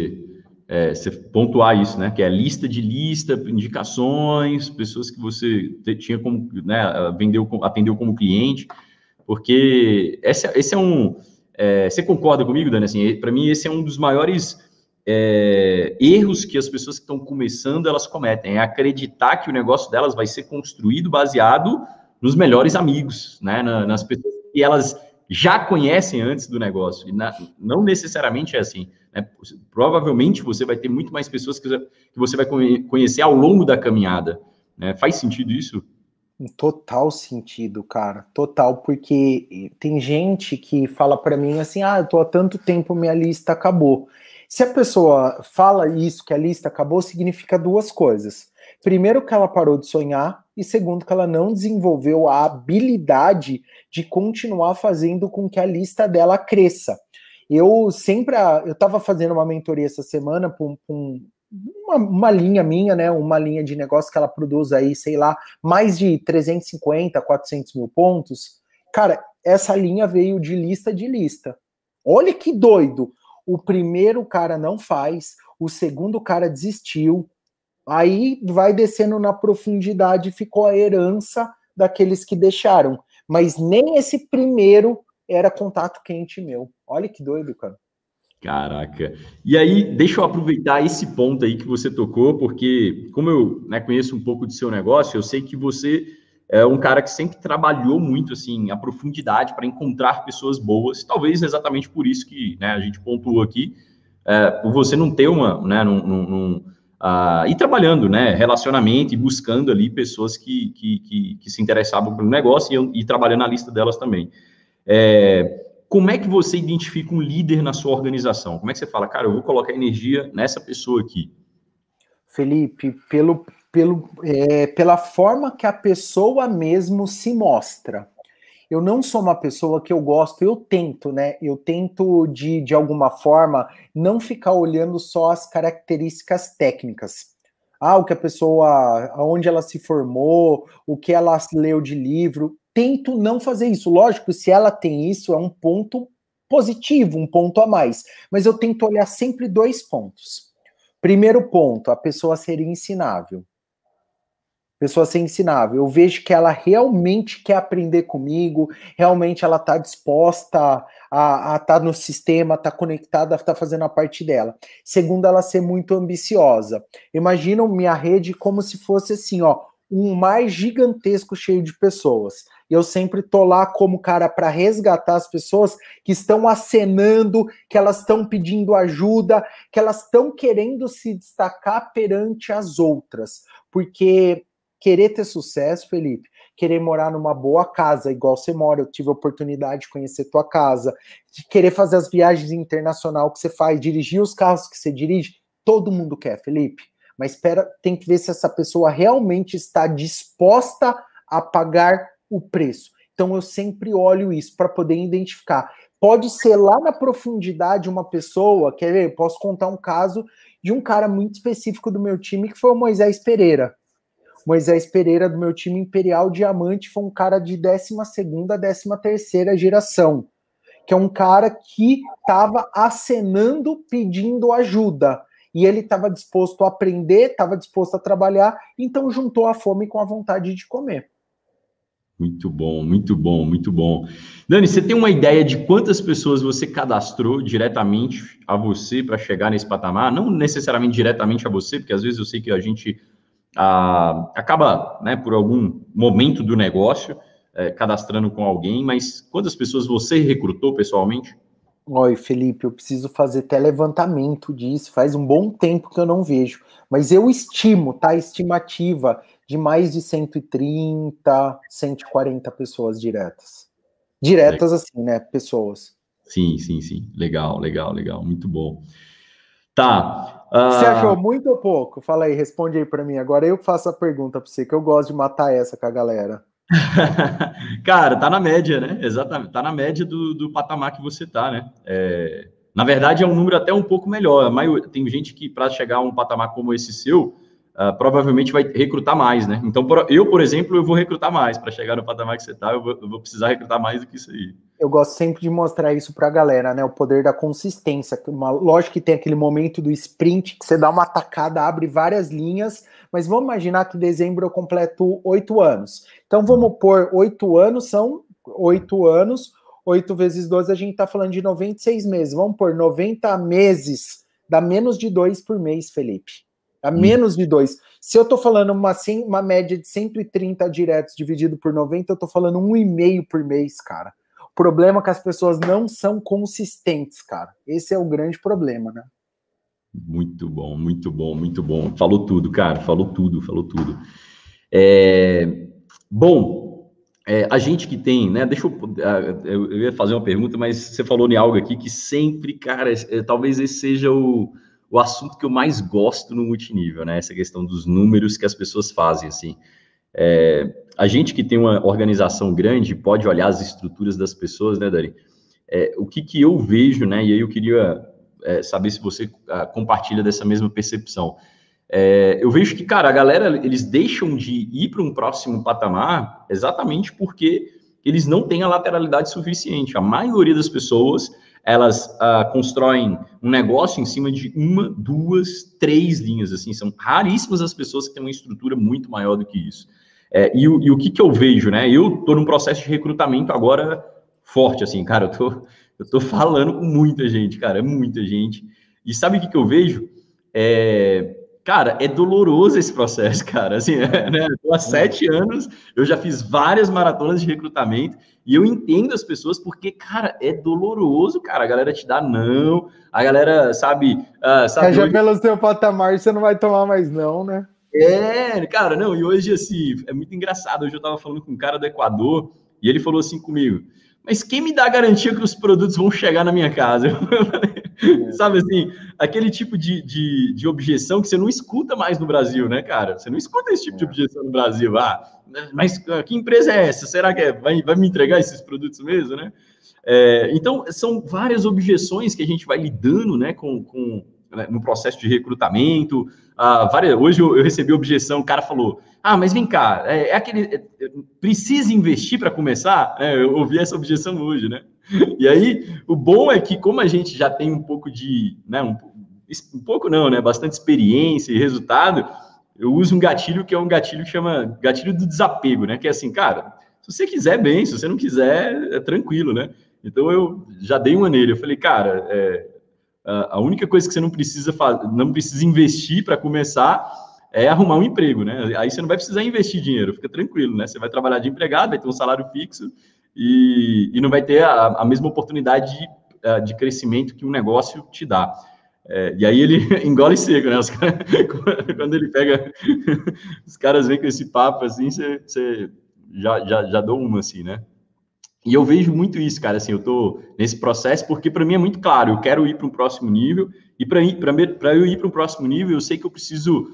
pontuar isso, né? Que é lista de lista, indicações, pessoas que você tinha como, né, atendeu como cliente, porque esse é um. Você concorda comigo, Dani? Assim, para mim, esse é um dos maiores erros que as pessoas que estão começando elas cometem, é acreditar que o negócio delas vai ser construído baseado nos melhores amigos, né? Nas pessoas que elas já conhecem antes do negócio. E não necessariamente é assim. Né? Provavelmente você vai ter muito mais pessoas que você vai conhecer ao longo da caminhada. Né? Faz sentido isso? Total sentido, cara. Total, porque tem gente que fala para mim assim: ah, eu tô há tanto tempo, minha lista acabou. Se a pessoa fala isso, que a lista acabou, significa duas coisas. Primeiro, que ela parou de sonhar, e segundo, que ela não desenvolveu a habilidade de continuar fazendo com que a lista dela cresça. Eu estava fazendo uma mentoria essa semana para uma linha minha, né? Uma linha de negócio que ela produz aí, sei lá, mais de 350, 400 mil pontos. Cara, essa linha veio de lista de lista. Olha que doido! O primeiro cara não faz, o segundo cara desistiu, aí vai descendo na profundidade, ficou a herança daqueles que deixaram. Mas nem esse primeiro era contato quente meu. Olha que doido, cara. Caraca. E aí, deixa eu aproveitar esse ponto aí que você tocou, porque como eu, né, conheço um pouco do seu negócio, eu sei que você é um cara que sempre trabalhou muito assim a profundidade para encontrar pessoas boas. Talvez exatamente por isso que, né, a gente pontuou aqui, por você não ter uma, né, ir trabalhando, né, relacionamento e buscando ali pessoas que se interessavam pelo negócio e trabalhando na lista delas também. Como é que você identifica um líder na sua organização? Como é que você fala, cara, eu vou colocar energia nessa pessoa aqui? Felipe, pela forma que a pessoa mesmo se mostra. Eu não sou uma pessoa que eu gosto, eu tento, né? Eu tento, de alguma forma, não ficar olhando só as características técnicas. Ah, o que a pessoa, aonde ela se formou, o que ela leu de livro. Tento não fazer isso. Lógico, se ela tem isso, é um ponto positivo, um ponto a mais. Mas eu tento olhar sempre dois pontos. Primeiro ponto, a pessoa ser ensinável. Pessoa ser ensinável. Eu vejo que ela realmente quer aprender comigo, realmente ela está disposta a estar no sistema, está conectada, está fazendo a parte dela. Segundo, ela ser muito ambiciosa. Imaginam minha rede como se fosse assim, ó, um mar gigantesco cheio de pessoas. Eu sempre tô lá como cara para resgatar as pessoas que estão acenando, que elas estão pedindo ajuda, que elas estão querendo se destacar perante as outras. Porque querer ter sucesso, Felipe, querer morar numa boa casa, igual você mora, eu tive a oportunidade de conhecer tua casa, de querer fazer as viagens internacional que você faz, dirigir os carros que você dirige, todo mundo quer, Felipe. Mas espera, tem que ver se essa pessoa realmente está disposta a pagar o preço. Então eu sempre olho isso para poder identificar. Pode ser lá na profundidade uma pessoa, quer ver? Eu posso contar um caso de um cara muito específico do meu time, que foi o Moisés Pereira. Moisés Pereira, do meu time Imperial Diamante, foi um cara de 12ª, 13ª geração, que é um cara que estava acenando, pedindo ajuda. E ele estava disposto a aprender, estava disposto a trabalhar, então juntou a fome com a vontade de comer. Muito bom, muito bom, muito bom. Dani, você tem uma ideia de quantas pessoas você cadastrou diretamente a você para chegar nesse patamar? Não necessariamente diretamente a você, porque às vezes eu sei que a gente acaba, né, por algum momento do negócio, cadastrando com alguém, mas quantas pessoas você recrutou pessoalmente? Oi, Felipe, eu preciso fazer até levantamento disso. Faz um bom tempo que eu não vejo. Mas eu estimo, tá? Estimativa de mais de 130, 140 pessoas diretas. Diretas, assim, né? Pessoas. Sim, sim, sim. Legal, legal, legal. Muito bom. Tá. Você achou muito ou pouco? Fala aí, responde aí para mim. Agora eu faço a pergunta para você, que eu gosto de matar essa com a galera. Cara, tá na média, né? Exatamente. Tá na média do patamar que você tá, né? Na verdade, é um número até um pouco melhor. Tem gente que, para chegar a um patamar como esse seu, provavelmente vai recrutar mais, né? Então, eu, por exemplo, eu vou recrutar mais. Para chegar no patamar que você tá, eu vou precisar recrutar mais do que isso aí. Eu gosto sempre de mostrar isso para a galera, né? O poder da consistência. Lógico que tem aquele momento do sprint que você dá uma tacada, abre várias linhas, mas vamos imaginar que em dezembro eu completo 8 anos. Então vamos pôr 8 anos, são 8 anos, 8 vezes 12, a gente está falando de 96 meses. Vamos pôr 90 meses, dá menos de 2 por mês, Felipe. Dá menos de 2. Se eu estou falando uma média de 130 diretos dividido por 90, eu estou falando 1,5 por mês, cara. O problema é que as pessoas não são consistentes, cara. Esse é o grande problema, né? Muito bom, muito bom, muito bom. Falou tudo, cara. Falou tudo, falou tudo. Bom, a gente que tem, né? Eu ia fazer uma pergunta, mas você falou em algo aqui que sempre, cara, talvez esse seja o assunto que eu mais gosto no multinível, né? Essa questão dos números que as pessoas fazem, assim. A gente que tem uma organização grande pode olhar as estruturas das pessoas, né, Dari? O que eu vejo, né? E aí eu queria saber se você compartilha dessa mesma percepção. Eu vejo que, cara, a galera, eles deixam de ir para um próximo patamar exatamente porque eles não têm a lateralidade suficiente. A maioria das pessoas, elas constroem um negócio em cima de 1, 2, 3 linhas, assim. São raríssimas as pessoas que têm uma estrutura muito maior do que isso. E o que eu vejo, né? Eu estou num processo de recrutamento agora forte, assim, cara, eu tô falando com muita gente, cara, é muita gente. E sabe o que eu vejo? Cara, é doloroso esse processo, cara. Assim, né? Há 7 anos, eu já fiz várias maratonas de recrutamento e eu entendo as pessoas porque, cara, é doloroso, cara. A galera te dá não, a galera sabe. Já pelo seu patamar você não vai tomar mais não, né? Cara, não. E hoje, assim, é muito engraçado. Hoje eu tava falando com um cara do Equador e ele falou assim comigo: mas quem me dá a garantia que os produtos vão chegar na minha casa? Eu falei, sabe assim, aquele tipo de objeção que você não escuta mais no Brasil, né, cara? Você não escuta esse tipo de objeção no Brasil. Mas que empresa é essa? Será que vai me entregar esses produtos mesmo, né? Então, são várias objeções que a gente vai lidando, né, no processo de recrutamento. Hoje eu recebi objeção, o cara falou, mas vem cá, precisa investir para começar? Eu ouvi essa objeção hoje, né? E aí, o bom é que como a gente já tem um pouco de, né, um pouco não, né, bastante experiência e resultado, eu uso um gatilho que é um gatilho que chama gatilho do desapego, né? Que é assim, cara, se você quiser, bem, se você não quiser, é tranquilo, né? Então, eu já dei uma nele. Eu falei, cara, a única coisa que você não precisa investir para começar é arrumar um emprego, né? Aí você não vai precisar investir dinheiro, fica tranquilo, né? Você vai trabalhar de empregado, vai ter um salário fixo e não vai ter a mesma oportunidade de crescimento que um negócio te dá. E aí ele engole seco, né? Quando ele pega, os caras vêm com esse papo assim, você já dou uma assim, né? E eu vejo muito isso, cara, assim, eu tô nesse processo porque para mim é muito claro, eu quero ir para um próximo nível e para eu ir para um próximo nível, eu sei que eu preciso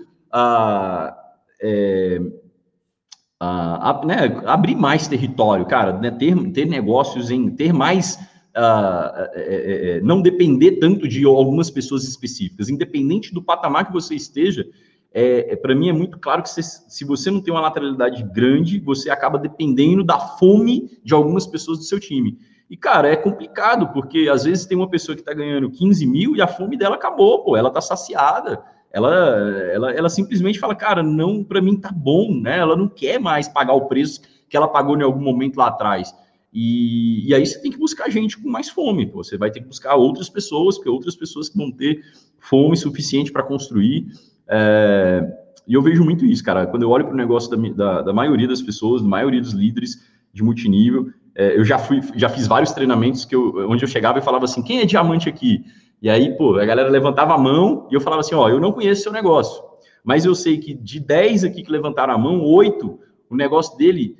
né, abrir mais território, cara, né, ter negócios ter mais não depender tanto de algumas pessoas específicas, independente do patamar que você esteja. Para mim é muito claro que se você não tem uma lateralidade grande, você acaba dependendo da fome de algumas pessoas do seu time. E, cara, é complicado, porque às vezes tem uma pessoa que está ganhando 15 mil e a fome dela acabou, pô, ela está saciada. Ela simplesmente fala, cara, não, para mim tá bom, né? Ela não quer mais pagar o preço que ela pagou em algum momento lá atrás. E aí você tem que buscar gente com mais fome, pô. Você vai ter que buscar outras pessoas, porque outras pessoas que vão ter fome suficiente para construir. E eu vejo muito isso, cara. Quando eu olho para o negócio da maioria das pessoas, da maioria dos líderes de multinível, eu já fiz vários treinamentos onde eu chegava e falava assim, quem é diamante aqui? E aí, pô, a galera levantava a mão e eu falava assim, ó, eu não conheço seu negócio, mas eu sei que de 10 aqui que levantaram a mão, 8, o negócio dele,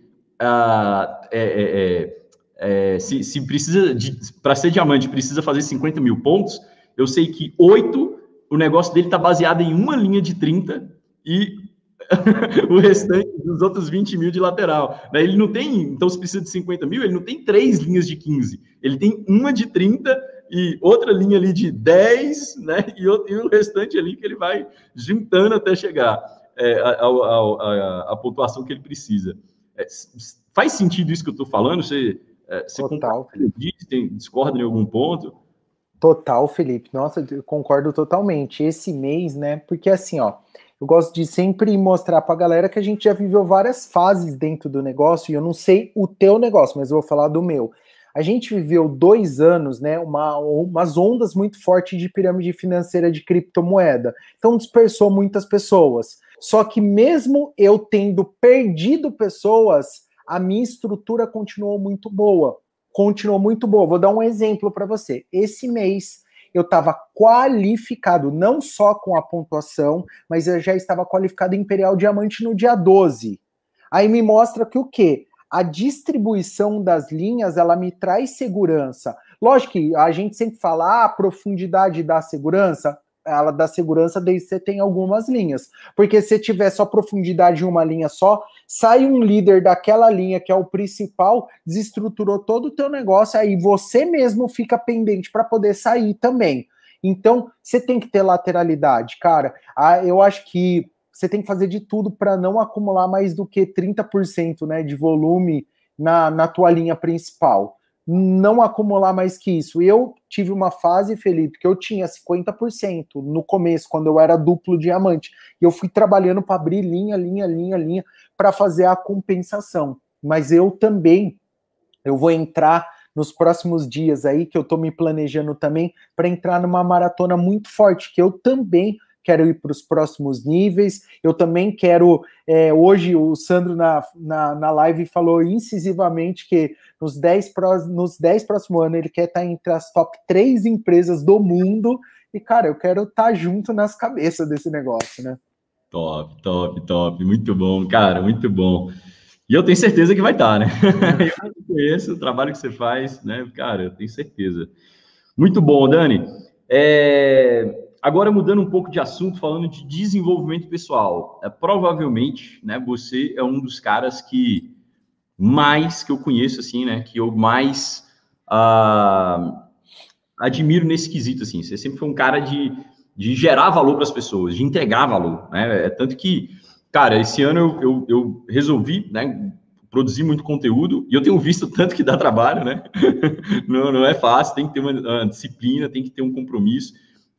se precisa, para ser diamante, precisa fazer 50 mil pontos, eu sei que 8, o negócio dele está baseado em uma linha de 30 e o restante dos outros 20 mil de lateral. Ele não tem, então se precisa de 50 mil, ele não tem 3 linhas de 15, ele tem uma de 30 e outra linha ali de 10, né? E o restante ali que ele vai juntando até chegar a pontuação que ele precisa. Faz sentido isso que eu estou falando? Você discorda em algum ponto? Total, Felipe. Nossa, eu concordo totalmente. Esse mês, né? Porque assim, ó, eu gosto de sempre mostrar pra galera que a gente já viveu várias fases dentro do negócio, e eu não sei o teu negócio, mas eu vou falar do meu. A gente viveu 2 anos, né, umas ondas muito fortes de pirâmide financeira de criptomoeda. Então dispersou muitas pessoas. Só que mesmo eu tendo perdido pessoas, a minha estrutura continuou muito boa. Vou dar um exemplo para você. Esse mês eu estava qualificado, não só com a pontuação, mas eu já estava qualificado em Imperial Diamante no dia 12. Aí me mostra que o quê? A distribuição das linhas, ela me traz segurança. Lógico que a gente sempre fala, a profundidade da segurança, ela dá segurança desde que você tem algumas linhas. Porque se tiver só profundidade em uma linha só, sai um líder daquela linha que é o principal, desestruturou todo o teu negócio, aí você mesmo fica pendente para poder sair também. Então, você tem que ter lateralidade, cara. Eu acho que você tem que fazer de tudo para não acumular mais do que 30%, né, de volume na tua linha principal. Não acumular mais que isso. Eu tive uma fase, Felipe, que eu tinha 50% no começo, quando eu era duplo diamante. E eu fui trabalhando para abrir linha, para fazer a compensação. Mas eu vou entrar nos próximos dias aí, que eu estou me planejando também, para entrar numa maratona muito forte, que eu também quero ir para os próximos níveis, eu também quero, hoje o Sandro na live falou incisivamente que nos 10 próximos anos ele quer estar entre as top 3 empresas do mundo, e cara, eu quero estar junto nas cabeças desse negócio, né? Top, muito bom, cara, muito bom. E eu tenho certeza que vai estar, né? Eu conheço o trabalho que você faz, né? Cara, eu tenho certeza. Muito bom, Dani. Agora, mudando um pouco de assunto, falando de desenvolvimento pessoal. Provavelmente, né, você é um dos caras que eu conheço, assim, né, que eu mais admiro nesse quesito, assim. Você sempre foi um cara de gerar valor para as pessoas, de entregar valor, né? Tanto que, cara, esse ano eu resolvi, né, produzir muito conteúdo, e eu tenho visto tanto que dá trabalho, né? Não é fácil, tem que ter uma disciplina, tem que ter um compromisso.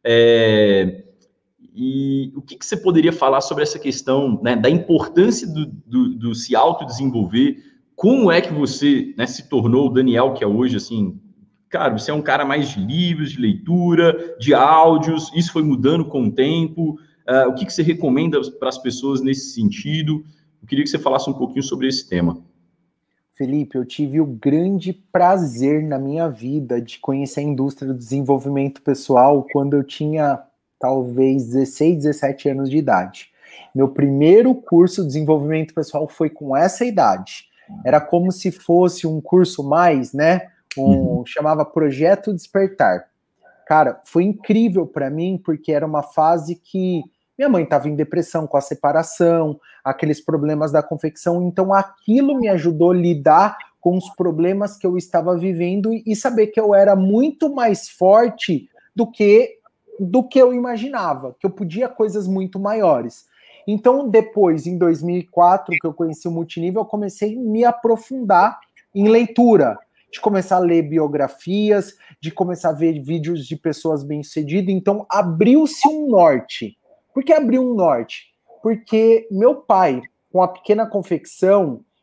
E o que você poderia falar sobre essa questão, né, da importância do se autodesenvolver? Como é que você, né, se tornou o Daniel que é hoje, assim? Cara, você é um cara mais de livros, de leitura, de áudios, isso foi mudando com o tempo. O que você recomenda para as pessoas nesse sentido? Eu queria que você falasse um pouquinho sobre esse tema. Felipe, eu tive o grande prazer na minha vida de conhecer a indústria do desenvolvimento pessoal quando eu tinha talvez 16, 17 anos de idade. Meu primeiro curso de desenvolvimento pessoal foi com essa idade. Era como se fosse um curso mais, né? Chamava Projeto Despertar. Cara, foi incrível para mim, porque era uma fase que minha mãe estava em depressão com a separação, aqueles problemas da confecção, então aquilo me ajudou a lidar com os problemas que eu estava vivendo e saber que eu era muito mais forte do que eu imaginava, que eu podia coisas muito maiores. Então, depois, em 2004, que eu conheci o multinível, eu comecei a me aprofundar em leitura, de começar a ler biografias, de começar a ver vídeos de pessoas bem-sucedidas. Então, abriu-se um norte. Por que abriu um norte? Porque meu pai, com a pequena confecção,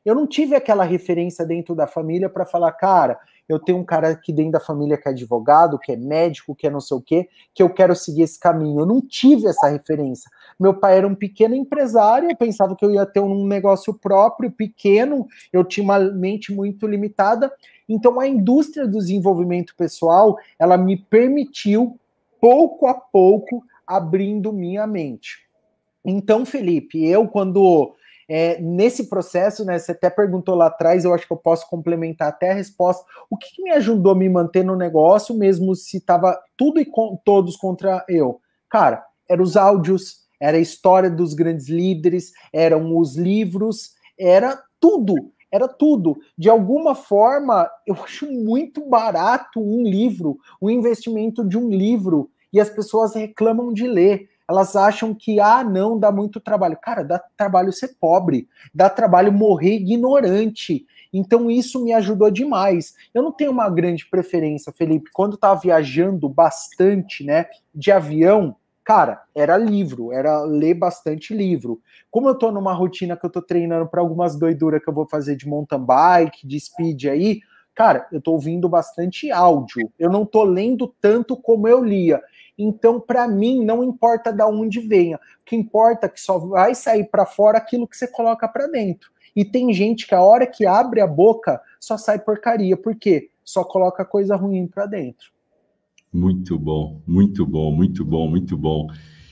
Eu não tive aquela referência dentro da família para falar, cara, eu tenho um cara aqui dentro da família que é advogado, que é médico, que é não sei o quê, que eu quero seguir esse caminho. Eu não tive essa referência. Meu pai era um pequeno empresário, eu pensava que eu ia ter um negócio próprio, pequeno, eu tinha uma mente muito limitada. Então, a indústria do desenvolvimento pessoal, ela me permitiu, pouco a pouco, abrindo minha mente. Então, Felipe, eu quando... nesse processo, né, você até perguntou lá atrás, eu acho que eu posso complementar até a resposta. O que me ajudou a me manter no negócio, mesmo se estava tudo e todos contra eu? Cara, eram os áudios, era a história dos grandes líderes, eram os livros, era tudo. Era tudo. De alguma forma, eu acho muito barato um livro, o investimento de um livro, e as pessoas reclamam de ler. Elas acham que, não, dá muito trabalho. Cara, dá trabalho ser pobre, dá trabalho morrer ignorante. Então, isso me ajudou demais. Eu não tenho uma grande preferência, Felipe. Quando eu estava viajando bastante, né, de avião, cara, era livro, era ler bastante livro. Como eu tô numa rotina que eu tô treinando para algumas doiduras que eu vou fazer de mountain bike, de speed aí, cara, eu tô ouvindo bastante áudio. Eu não tô lendo tanto como eu lia. Então, para mim, não importa de onde venha. O que importa é que só vai sair para fora aquilo que você coloca para dentro. E tem gente que a hora que abre a boca, só sai porcaria. Por quê? Só coloca coisa ruim para dentro. Muito bom, muito bom, muito bom, muito bom.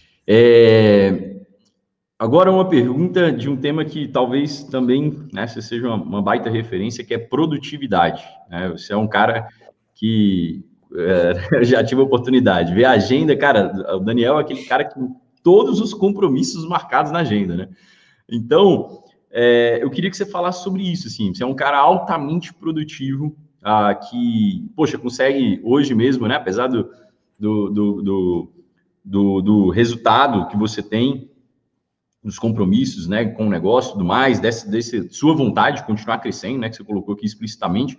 Agora uma pergunta de um tema que talvez também, né, seja uma baita referência, que é produtividade. Né? Você é um cara que já tive a oportunidade. Ver a agenda, cara, o Daniel é aquele cara que tem todos os compromissos marcados na agenda, né? Então, eu queria que você falasse sobre isso, assim. Você é um cara altamente produtivo, que, poxa, consegue hoje mesmo, né? Apesar do resultado que você tem, dos compromissos, né, com o negócio, tudo mais, dessa sua vontade de continuar crescendo, né, que você colocou aqui explicitamente.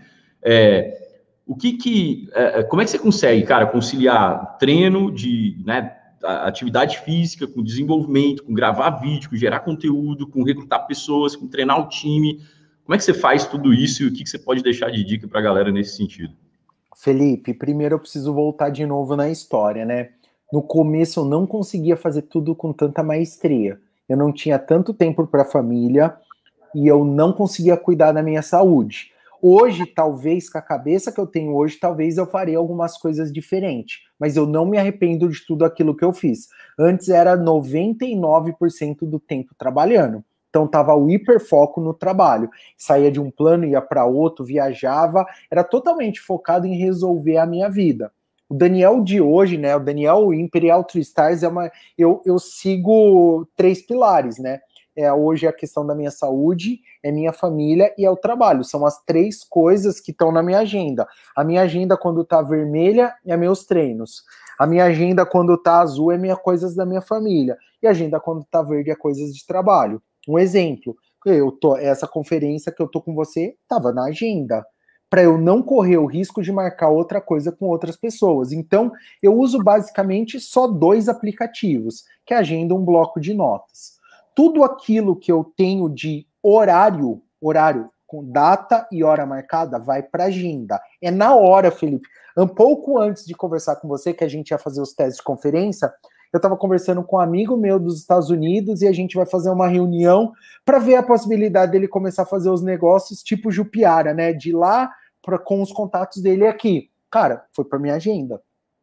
Como é que você consegue, cara, conciliar treino de, né, atividade física com desenvolvimento, com gravar vídeo, com gerar conteúdo, com recrutar pessoas, com treinar o time? Como é que você faz tudo isso e o que você pode deixar de dica para a galera nesse sentido? Felipe, primeiro eu preciso voltar de novo na história, né? No começo eu não conseguia fazer tudo com tanta maestria. Eu não tinha tanto tempo para a família e eu não conseguia cuidar da minha saúde. Hoje, talvez, com a cabeça que eu tenho hoje, talvez eu faria algumas coisas diferentes, mas eu não me arrependo de tudo aquilo que eu fiz. Antes era 99% do tempo trabalhando. Então tava o hiperfoco no trabalho. Saía de um plano, ia para outro, viajava, era totalmente focado em resolver a minha vida. O Daniel de hoje, né? O Daniel Imperial Three Stars eu sigo 3 pilares, né? Hoje é a questão da minha saúde, é minha família e é o trabalho. São as 3 coisas que estão na minha agenda. A minha agenda, quando tá vermelha, é meus treinos. A minha agenda, quando tá azul, é coisas da minha família. E a agenda, quando tá verde, é coisas de trabalho. Um exemplo, essa conferência que eu tô com você, estava na agenda. Para eu não correr o risco de marcar outra coisa com outras pessoas. Então, eu uso basicamente só 2 aplicativos, que é a agenda e um bloco de notas. Tudo aquilo que eu tenho de horário com data e hora marcada, vai para a agenda. É na hora, Felipe. Um pouco antes de conversar com você, que a gente ia fazer os testes de conferência, eu estava conversando com um amigo meu dos Estados Unidos e a gente vai fazer uma reunião para ver a possibilidade dele começar a fazer os negócios tipo Jupiara, né? De lá com os contatos dele aqui. Cara, foi para minha agenda.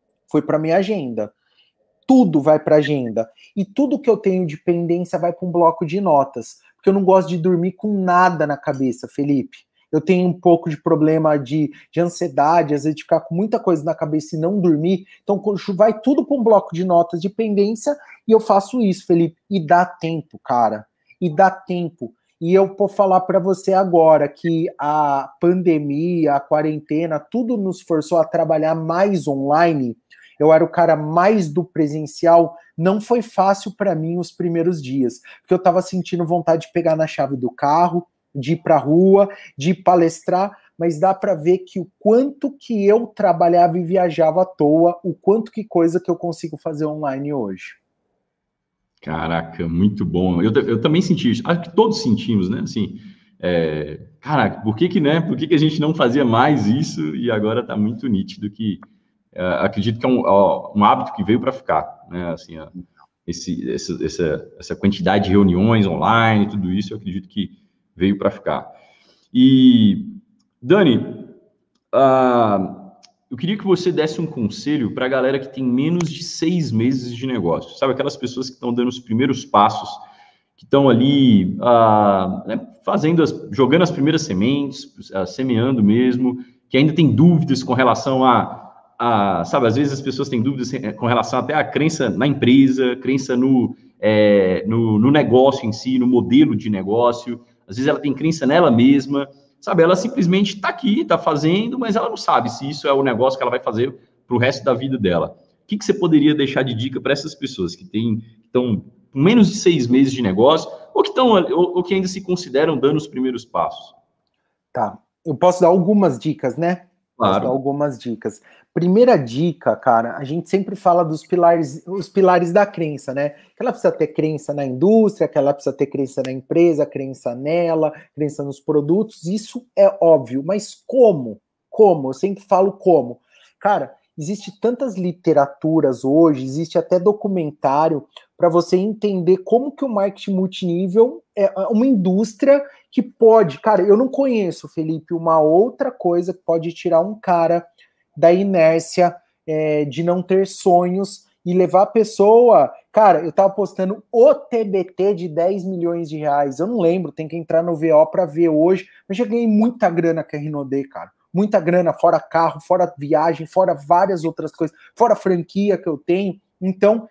Tudo vai para agenda. E tudo que eu tenho de pendência vai para um bloco de notas. Porque eu não gosto de dormir com nada na cabeça, Felipe. Eu tenho um pouco de problema de ansiedade, às vezes de ficar com muita coisa na cabeça e não dormir. Então vai tudo para um bloco de notas de pendência e eu faço isso, Felipe. E dá tempo, cara. E dá tempo. E eu vou falar para você agora que a pandemia, a quarentena, tudo nos forçou a trabalhar mais online. Eu era o cara mais do presencial, não foi fácil para mim os primeiros dias, porque eu estava sentindo vontade de pegar na chave do carro, de ir para a rua, de palestrar, mas dá para ver que o quanto que eu trabalhava e viajava à toa, o quanto que coisa que eu consigo fazer online hoje. Caraca, muito bom. Eu também senti isso. Acho que todos sentimos, né? Assim, Cara, por que né? Por que a gente não fazia mais isso e agora está muito nítido que acredito que é um hábito que veio para ficar, né? Assim, essa quantidade de reuniões online, tudo isso, eu acredito que veio para ficar. E, Dani, eu queria que você desse um conselho para a galera que tem menos de 6 meses de negócio, sabe? Aquelas pessoas que estão dando os primeiros passos, que estão ali né, jogando as primeiras sementes, semeando mesmo, que ainda tem dúvidas com relação sabe, às vezes as pessoas têm dúvidas com relação até à crença na empresa, crença no negócio em si, no modelo de negócio, às vezes ela tem crença nela mesma, sabe, ela simplesmente está aqui, está fazendo, mas ela não sabe se isso é o negócio que ela vai fazer para o resto da vida dela. O que você poderia deixar de dica para essas pessoas que estão com menos de 6 meses de negócio ou que ainda se consideram dando os primeiros passos? Tá, eu posso dar algumas dicas, né? Claro. Posso dar algumas dicas. Primeira dica, cara, a gente sempre fala dos pilares, os pilares da crença, né? Que ela precisa ter crença na indústria, que ela precisa ter crença na empresa, crença nela, crença nos produtos, isso é óbvio, mas como? Como? Eu sempre falo como. Cara, existe tantas literaturas hoje, existe até documentário para você entender como que o marketing multinível é uma indústria que pode, cara, eu não conheço, Felipe, uma outra coisa que pode tirar um cara da inércia de não ter sonhos e levar a pessoa... Cara, eu tava postando o TBT de 10 milhões de reais, eu não lembro, tem que entrar no VO para ver hoje, mas já ganhei muita grana com a Rinode, cara. Muita grana, fora carro, fora viagem, fora várias outras coisas, fora franquia que eu tenho. Então,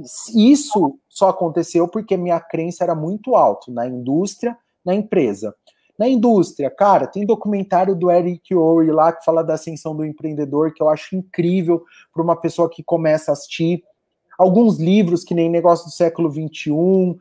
isso só aconteceu porque minha crença era muito alta na indústria, na empresa. Na indústria, cara, tem documentário do Eric Ory lá que fala da ascensão do empreendedor, que eu acho incrível para uma pessoa que começa a assistir. Alguns livros, que nem Negócio do Século XXI,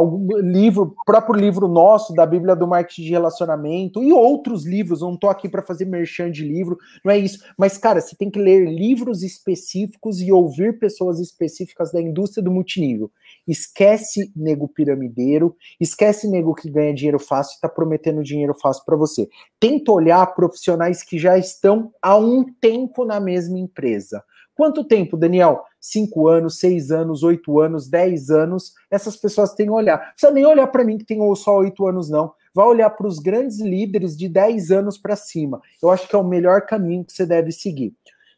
próprio livro nosso, da Bíblia do Marketing de Relacionamento, e outros livros, eu não estou aqui para fazer merchan de livro, não é isso. Mas, cara, você tem que ler livros específicos e ouvir pessoas específicas da indústria do multinível. Esquece nego piramideiro, esquece nego que ganha dinheiro fácil e está prometendo dinheiro fácil para você. Tenta olhar profissionais que já estão há um tempo na mesma empresa. Quanto tempo, Daniel? 5 anos, 6 anos, 8 anos, 10 anos. Essas pessoas têm que olhar. Não precisa nem olhar para mim que tenho só 8 anos, não. Vai olhar para os grandes líderes de 10 anos para cima. Eu acho que é o melhor caminho que você deve seguir.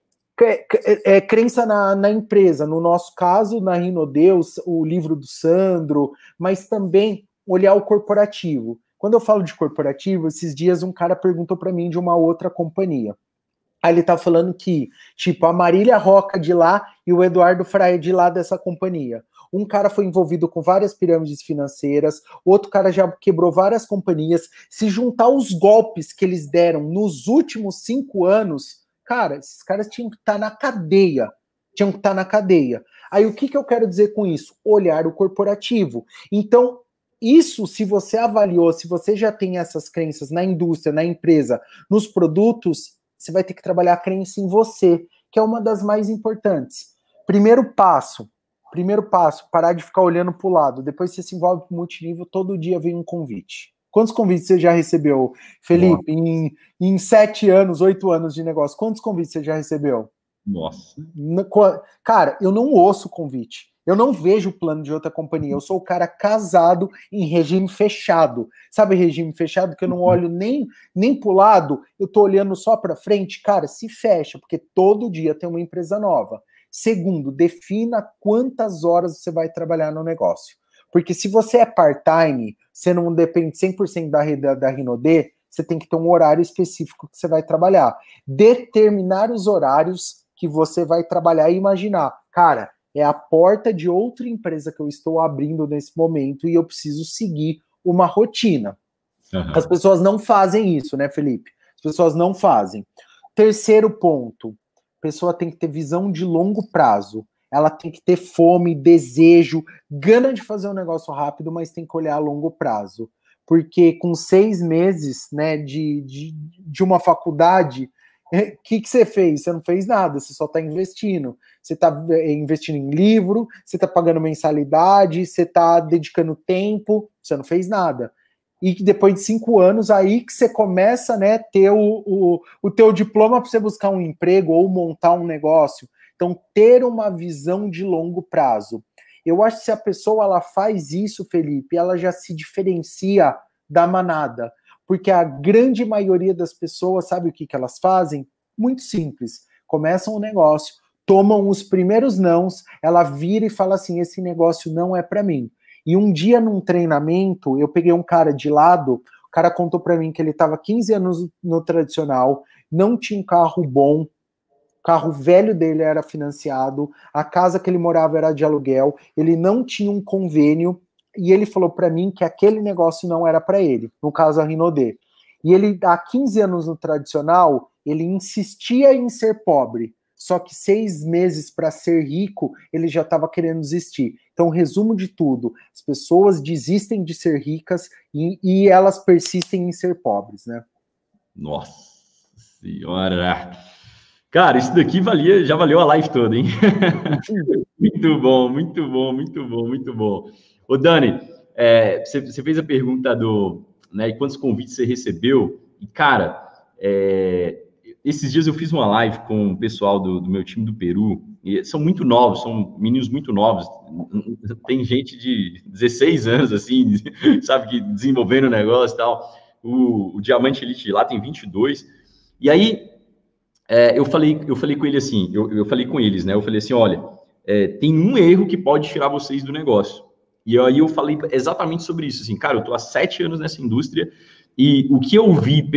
Crença na empresa. No nosso caso, na Rinodeus, o livro do Sandro, mas também olhar o corporativo. Quando eu falo de corporativo, esses dias um cara perguntou para mim de uma outra companhia. Aí ele tá falando que, tipo, a Marília Roca de lá e o Eduardo Fraia de lá dessa companhia. Um cara foi envolvido com várias pirâmides financeiras, outro cara já quebrou várias companhias. Se juntar os golpes que eles deram nos últimos 5 anos, cara, esses caras tinham que estar na cadeia. Tinham que estar na cadeia. Aí o que eu quero dizer com isso? Olhar o corporativo. Então, isso, se você avaliou, se você já tem essas crenças na indústria, na empresa, nos produtos, você vai ter que trabalhar a crença em você, que é uma das mais importantes. Primeiro passo, parar de ficar olhando para o lado. Depois você se envolve com o multinível, todo dia vem um convite. Quantos convites você já recebeu, Felipe? Em 7 anos, 8 anos de negócio, quantos convites você já recebeu? Nossa. Cara, eu não ouço convite. Eu não vejo o plano de outra companhia. Eu sou o cara casado em regime fechado. Sabe regime fechado que eu não olho nem pro lado, eu tô olhando só para frente? Cara, se fecha, porque todo dia tem uma empresa nova. Segundo, defina quantas horas você vai trabalhar no negócio. Porque se você é part-time, você não depende 100% da Rinode, você tem que ter um horário específico que você vai trabalhar. Determinar os horários que você vai trabalhar e imaginar, cara, é a porta de outra empresa que eu estou abrindo nesse momento e eu preciso seguir uma rotina. Uhum. As pessoas não fazem isso, né, Felipe? As pessoas não fazem. Terceiro ponto, a pessoa tem que ter visão de longo prazo. Ela tem que ter fome, desejo, gana de fazer um negócio rápido, mas tem que olhar a longo prazo. Porque com 6 meses, né, de uma faculdade, o que você fez? Você não fez nada, você só está investindo. Você está investindo em livro, você está pagando mensalidade, você está dedicando tempo, você não fez nada. e que depois de 5 anos, aí que você começa, né, ter o teu diploma para você buscar um emprego ou montar um negócio. Então, ter uma visão de longo prazo. Eu acho que se a pessoa ela faz isso, Felipe, ela já se diferencia da manada, porque a grande maioria das pessoas, sabe o que elas fazem? Muito simples. Começam um negócio, tomam os primeiros nãos, ela vira e fala assim, esse negócio não é para mim. E um dia num treinamento, eu peguei um cara de lado, o cara contou para mim que ele estava 15 anos no tradicional, não tinha um carro bom, o carro velho dele era financiado, a casa que ele morava era de aluguel, ele não tinha um convênio, e ele falou para mim que aquele negócio não era para ele, no caso a Rinodê. E ele, há 15 anos no tradicional, ele insistia em ser pobre, só que 6 meses para ser rico, ele já estava querendo desistir. Então, resumo de tudo, as pessoas desistem de ser ricas e elas persistem em ser pobres, né? Nossa senhora! Cara, isso daqui já valeu a live toda, hein? Muito bom, muito bom, muito bom, muito bom. Ô, Dani, você fez a pergunta né, quantos convites você recebeu? E, cara, esses dias eu fiz uma live com o pessoal do meu time do Peru, e são muito novos, são meninos muito novos, tem gente de 16 anos, assim, sabe, que desenvolvendo o negócio e tal. O Diamante Elite lá tem 22. E aí, eu falei com ele assim, eu falei com eles, né? Eu falei assim, olha, tem um erro que pode tirar vocês do negócio. E aí eu falei exatamente sobre isso, assim, cara, eu tô há 7 anos nessa indústria e o que eu vi,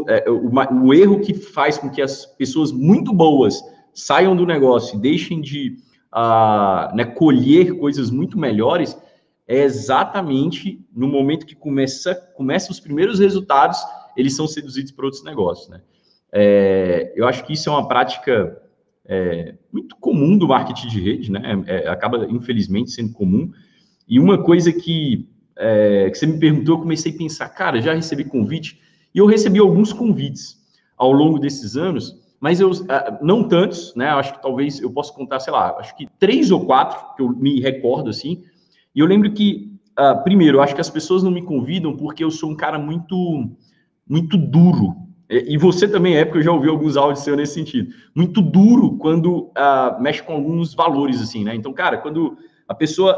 o erro que faz com que as pessoas muito boas saiam do negócio e deixem de né, colher coisas muito melhores é exatamente no momento que começa os primeiros resultados, eles são seduzidos por outros negócios, né? Eu acho que isso é uma prática muito comum do marketing de rede, né? Acaba, infelizmente, sendo comum. E uma coisa que você me perguntou, eu comecei a pensar, cara, já recebi convite, e eu recebi alguns convites ao longo desses anos, mas não tantos, né? Acho que talvez eu possa contar, sei lá, acho que 3 ou 4, que eu me recordo, assim. E eu lembro que, primeiro, eu acho que as pessoas não me convidam porque eu sou um cara muito, muito duro. E você também porque eu já ouvi alguns áudios seus nesse sentido. Muito duro quando mexe com alguns valores, assim, né? Então, cara, quando a pessoa,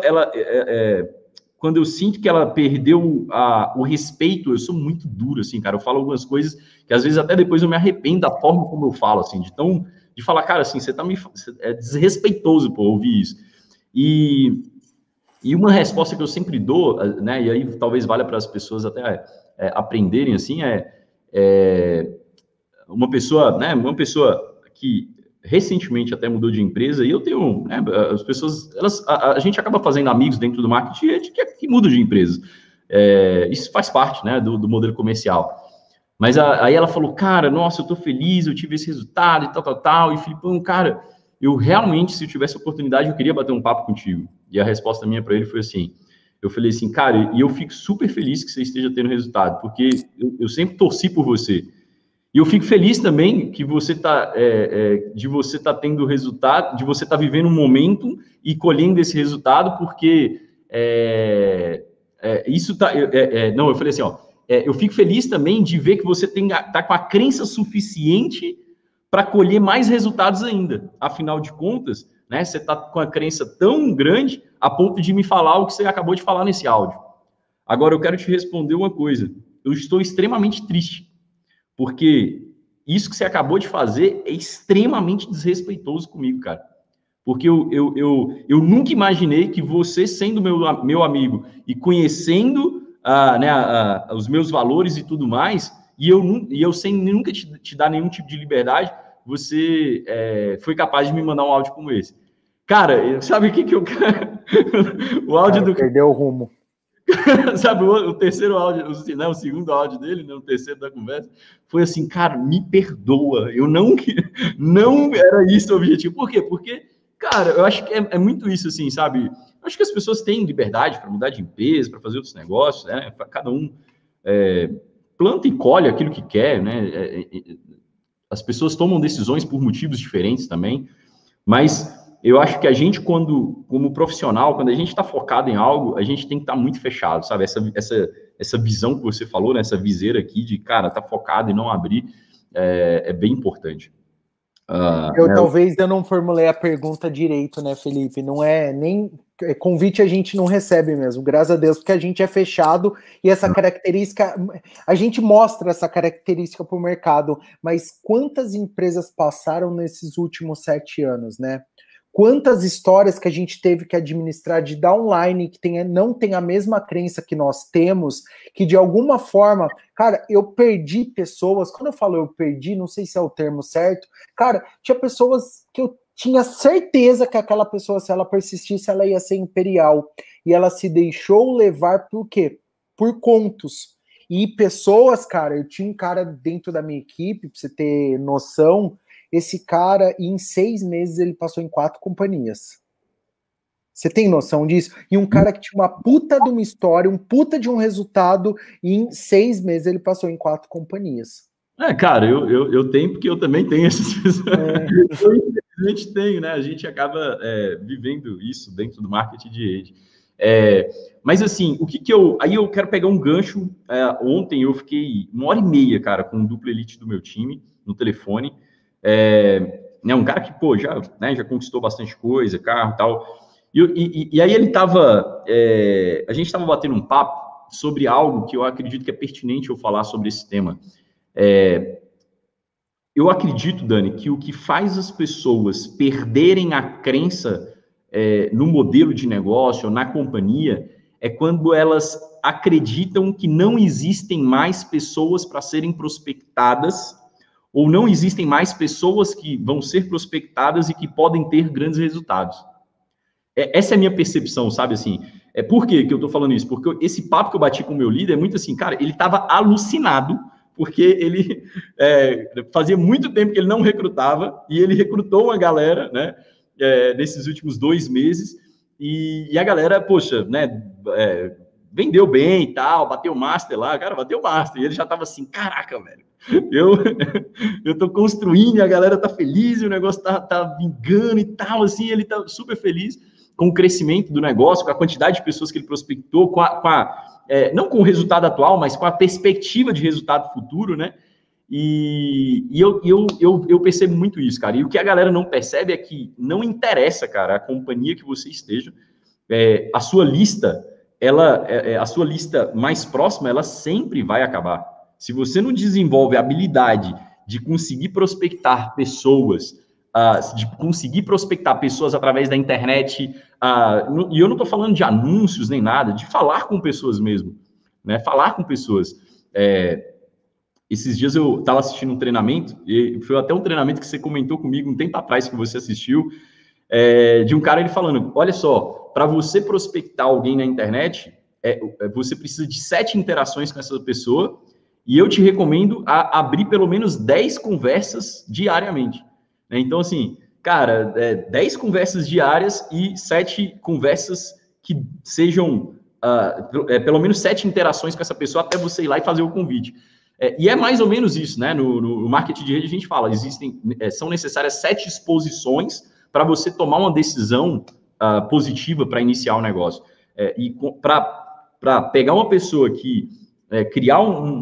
quando eu sinto que ela perdeu o respeito, eu sou muito duro, assim, cara. Eu falo algumas coisas que às vezes até depois eu me arrependo da forma como eu falo, assim, de falar, cara, assim, é desrespeitoso, pô, ouvir isso. E uma resposta que eu sempre dou, né, e aí talvez valha para as pessoas até aprenderem, assim, uma pessoa que recentemente até mudou de empresa, e eu tenho, né, as pessoas, a gente acaba fazendo amigos dentro do marketing que muda de empresa. Isso faz parte, né, do modelo comercial. Mas aí ela falou, cara, nossa, eu tô feliz, eu tive esse resultado e tal, e Filipão, cara, eu realmente, se eu tivesse oportunidade, eu queria bater um papo contigo. E a resposta minha para ele foi assim, eu falei assim, cara, e eu fico super feliz que você esteja tendo resultado, porque eu sempre torci por você. E eu fico feliz também que você de você tá tendo resultado, de você tá vivendo um momento e colhendo esse resultado, porque isso tá. Não, eu falei assim, ó, eu fico feliz também de ver que você tá com a crença suficiente para colher mais resultados ainda. Afinal de contas, né, você tá com a crença tão grande a ponto de me falar o que você acabou de falar nesse áudio. Agora eu quero te responder uma coisa. Eu estou extremamente triste. Porque isso que você acabou de fazer é extremamente desrespeitoso comigo, cara. Porque eu nunca imaginei que você, sendo meu amigo e conhecendo os meus valores e tudo mais, e eu sem nunca te dar nenhum tipo de liberdade, você foi capaz de me mandar um áudio como esse. Cara, sabe o que eu... o áudio cara, perdeu o rumo. Sabe, o terceiro áudio, né, o segundo áudio dele, né, o terceiro da conversa, foi assim, cara, me perdoa, eu não era isso o objetivo. Por quê? Porque, cara, eu acho que é muito isso, assim, sabe? Eu acho que as pessoas têm liberdade para mudar de empresa, para fazer outros negócios, né? Cada um planta e colhe aquilo que quer, né? As pessoas tomam decisões por motivos diferentes também, mas eu acho que a gente, como profissional, quando a gente está focado em algo, a gente tem que estar muito fechado, sabe? essa visão que você falou, né, essa viseira aqui de, cara, tá focado e não abrir, é bem importante. Talvez eu não formulei a pergunta direito, né, Felipe? Não é nem convite, a gente não recebe mesmo, graças a Deus, porque a gente é fechado e essa característica, a gente mostra essa característica para o mercado, mas quantas empresas passaram nesses últimos 7 anos, né? Quantas histórias que a gente teve que administrar de downline que não tem a mesma crença que nós temos, que de alguma forma, cara, eu perdi pessoas, quando eu falo eu perdi, não sei se é o termo certo, cara, tinha pessoas que eu tinha certeza que aquela pessoa, se ela persistisse, ela ia ser imperial, e ela se deixou levar por quê? Por contos. E pessoas, cara, eu tinha um cara dentro da minha equipe, pra você ter noção, esse cara, em 6 meses, ele passou em 4 companhias. Você tem noção disso? E um cara que tinha uma puta de uma história, um puta de um resultado, e em 6 meses ele passou em 4 companhias. Cara, eu tenho, porque eu também tenho essas pessoas. Eu infelizmente tenho, né? A gente acaba vivendo isso dentro do marketing de rede. Mas assim, aí eu quero pegar um gancho. Ontem eu fiquei 1h30, cara, com o duplo elite do meu time no telefone. Um cara que, pô, já conquistou bastante coisa, carro e tal. E aí ele tava... a gente estava batendo um papo sobre algo que eu acredito que é pertinente eu falar sobre esse tema. Eu acredito, Dani, que o que faz as pessoas perderem a crença no modelo de negócio, na companhia, é quando elas acreditam que não existem mais pessoas para serem prospectadas, ou não existem mais pessoas que vão ser prospectadas e que podem ter grandes resultados. Essa é a minha percepção, sabe, assim. Por que eu tô falando isso? Porque esse papo que eu bati com o meu líder é muito assim, cara, ele estava alucinado, porque ele fazia muito tempo que ele não recrutava, e ele recrutou uma galera, né, nesses últimos 2 meses, e a galera, poxa, né, vendeu bem e tal, bateu master lá, cara, bateu master, e ele já tava assim, caraca, velho, eu tô construindo, a galera tá feliz, e o negócio tá vingando e tal, assim, ele tá super feliz com o crescimento do negócio, com a quantidade de pessoas que ele prospectou, não com o resultado atual, mas com a perspectiva de resultado futuro, né? E eu percebo muito isso, cara. E o que a galera não percebe é que não interessa, cara, a companhia que você esteja, a sua lista, a sua lista mais próxima, ela sempre vai acabar. Se você não desenvolve a habilidade de conseguir prospectar pessoas, através da internet, e eu não estou falando de anúncios nem nada, de falar com pessoas mesmo, né? Falar com pessoas. Esses dias eu estava assistindo um treinamento, e foi até um treinamento que você comentou comigo um tempo atrás que você assistiu, de um cara ele falando, olha só, para você prospectar alguém na internet, você precisa de 7 interações com essa pessoa, e eu te recomendo abrir pelo menos 10 conversas diariamente. Então, assim, cara, 10 conversas diárias e 7 conversas que sejam, pelo menos 7 interações com essa pessoa até você ir lá e fazer o convite. E é mais ou menos isso, né? No marketing de rede a gente fala, são necessárias 7 exposições para você tomar uma decisão positiva para iniciar o negócio. E para pegar uma pessoa que criar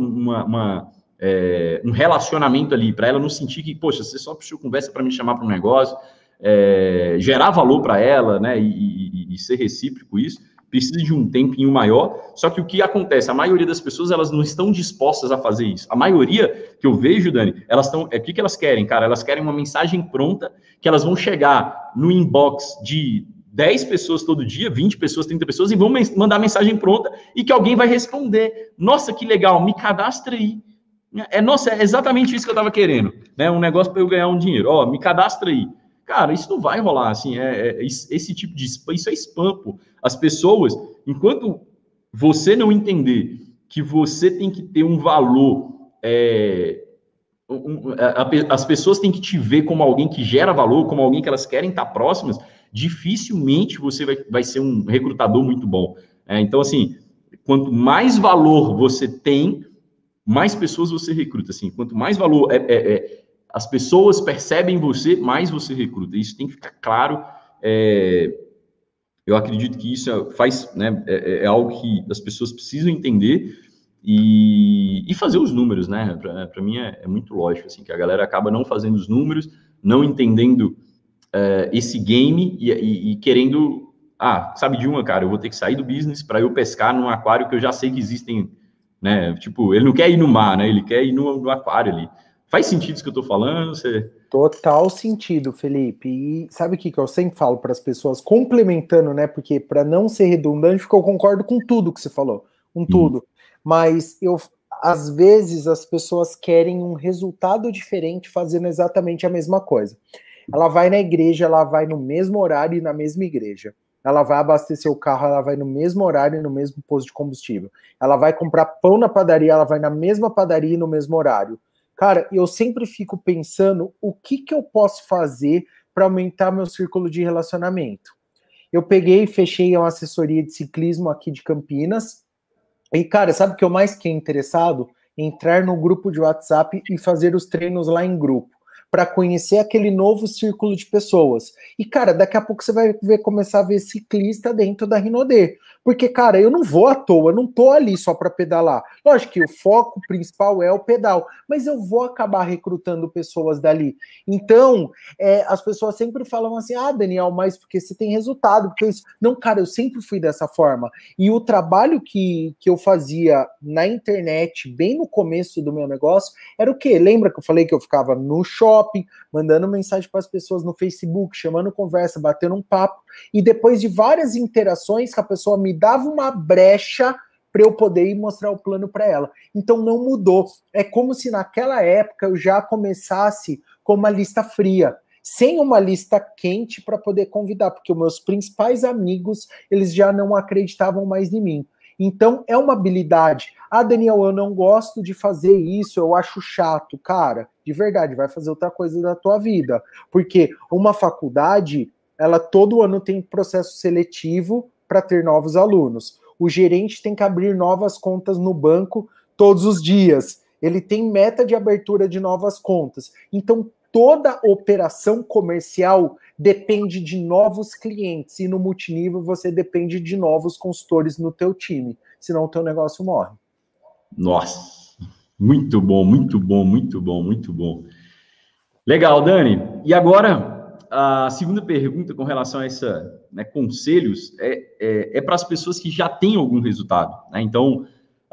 um relacionamento ali, para ela não sentir que, poxa, você só puxou conversa para me chamar para um negócio, gerar valor para ela, né, e ser recíproco isso, precisa de um tempinho maior, só que o que acontece, a maioria das pessoas, elas não estão dispostas a fazer isso. A maioria que eu vejo, Dani, elas estão, o que elas querem, cara? Elas querem uma mensagem pronta, que elas vão chegar no inbox de 10 pessoas todo dia, 20 pessoas, 30 pessoas, e vão mandar mensagem pronta, e que alguém vai responder, nossa, que legal, me cadastra aí. Nossa, é exatamente isso que eu estava querendo, né? Um negócio para eu ganhar um dinheiro. Me cadastra aí. Cara, isso não vai rolar, assim, esse tipo de spam, isso é spam, pô. As pessoas, enquanto você não entender que você tem que ter um valor, as pessoas têm que te ver como alguém que gera valor, como alguém que elas querem estar próximas, dificilmente você vai ser um recrutador muito bom. Então, assim, quanto mais valor você tem, mais pessoas você recruta, assim, quanto mais valor as pessoas percebem você, mais você recruta, isso tem que ficar claro, Eu acredito que isso faz, né, é algo que as pessoas precisam entender e fazer os números, né? Para mim é muito lógico, assim, que a galera acaba não fazendo os números, não entendendo esse game e querendo, sabe de uma, cara, eu vou ter que sair do business para eu pescar num aquário que eu já sei que existem, né? Tipo, ele não quer ir no mar, né? Ele quer ir no aquário ali. Faz sentido isso que eu tô falando? Você... Total sentido, Felipe. E sabe o que eu sempre falo para as pessoas, complementando, né? Porque para não ser redundante, porque eu concordo com tudo que você falou, com tudo. Mas às vezes as pessoas querem um resultado diferente fazendo exatamente a mesma coisa. Ela vai na igreja, ela vai no mesmo horário e na mesma igreja. Ela vai abastecer o carro, ela vai no mesmo horário e no mesmo posto de combustível. Ela vai comprar pão na padaria, ela vai na mesma padaria e no mesmo horário. Cara, eu sempre fico pensando o que eu posso fazer para aumentar meu círculo de relacionamento. Eu peguei e fechei uma assessoria de ciclismo aqui de Campinas. E, cara, sabe o que eu mais fiquei interessado? Entrar no grupo de WhatsApp e fazer os treinos lá em grupo, para conhecer aquele novo círculo de pessoas. E, cara, daqui a pouco você vai começar a ver ciclista dentro da Rinode. Porque, cara, eu não vou à toa, eu não tô ali só para pedalar. Lógico que o foco principal é o pedal, mas eu vou acabar recrutando pessoas dali. Então, as pessoas sempre falam assim, Daniel, mas porque você tem resultado, porque isso... Não, cara, eu sempre fui dessa forma. E o trabalho que eu fazia na internet, bem no começo do meu negócio, era o quê? Lembra que eu falei que eu ficava no shopping, mandando mensagem para as pessoas no Facebook, chamando conversa, batendo um papo, e depois de várias interações, que a pessoa me dava uma brecha para eu poder ir mostrar o plano para ela. Então não mudou. É como se naquela época eu já começasse com uma lista fria, sem uma lista quente para poder convidar, porque os meus principais amigos, eles já não acreditavam mais em mim. Então, é uma habilidade. Daniel, eu não gosto de fazer isso, eu acho chato. Cara, de verdade, vai fazer outra coisa da tua vida. Porque uma faculdade, ela todo ano tem processo seletivo para ter novos alunos. O gerente tem que abrir novas contas no banco todos os dias. Ele tem meta de abertura de novas contas. Então, toda operação comercial depende de novos clientes, e no multinível você depende de novos consultores no teu time, senão o teu negócio morre. Nossa, muito bom, muito bom, muito bom, muito bom. Legal, Dani. E agora, a segunda pergunta com relação a essa, né, conselhos, é para as pessoas que já têm algum resultado, né? Então,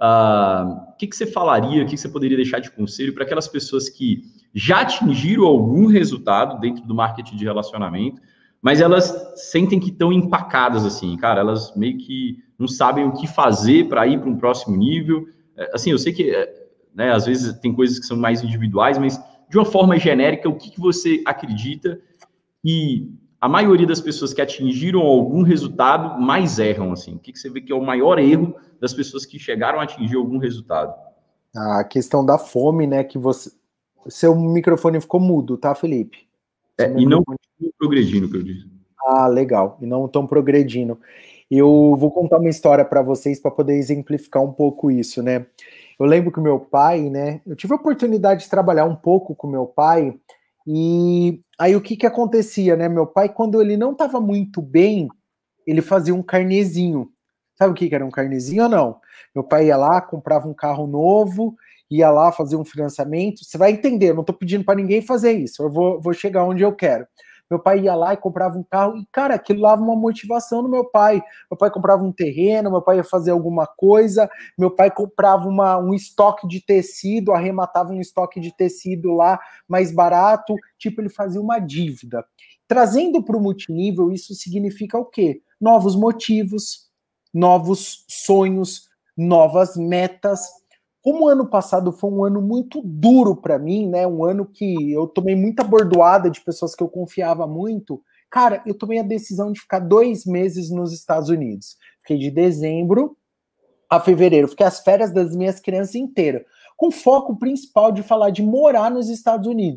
o que você falaria, o que você poderia deixar de conselho para aquelas pessoas que já atingiram algum resultado dentro do marketing de relacionamento, mas elas sentem que estão empacadas, assim, cara, elas meio que não sabem o que fazer para ir para um próximo nível. Assim, eu sei que, né, às vezes tem coisas que são mais individuais, mas de uma forma genérica, o que você acredita que a maioria das pessoas que atingiram algum resultado mais erram, assim? O que você vê que é o maior erro das pessoas que chegaram a atingir algum resultado? A questão da fome, né, que você... Seu microfone ficou mudo, tá, Felipe? E não progredindo, que eu disse. Legal. E não estão progredindo. Eu vou contar uma história para vocês para poder exemplificar um pouco isso, né? Eu lembro que o meu pai, né? Eu tive a oportunidade de trabalhar um pouco com meu pai, e aí o que acontecia, né? Meu pai, quando ele não estava muito bem, ele fazia um carnezinho. Sabe o que era um carnezinho ou não? Meu pai ia lá, comprava um carro novo, ia lá fazer um financiamento. Você vai entender, eu não estou pedindo para ninguém fazer isso, eu vou chegar onde eu quero. Meu pai ia lá e comprava um carro, e, cara, aquilo dava uma motivação no meu pai. Meu pai comprava um terreno, meu pai ia fazer alguma coisa, meu pai comprava um estoque de tecido, arrematava um estoque de tecido lá mais barato, tipo, ele fazia uma dívida. Trazendo para o multinível, isso significa o quê? Novos motivos, novos sonhos, novas metas. Como o ano passado foi um ano muito duro para mim, né? Um ano que eu tomei muita bordoada de pessoas que eu confiava muito. Cara, eu tomei a decisão de ficar 2 meses nos Estados Unidos. Fiquei de dezembro a fevereiro. Fiquei as férias das minhas crianças inteiras. Com foco principal de falar de morar nos Estados Unidos.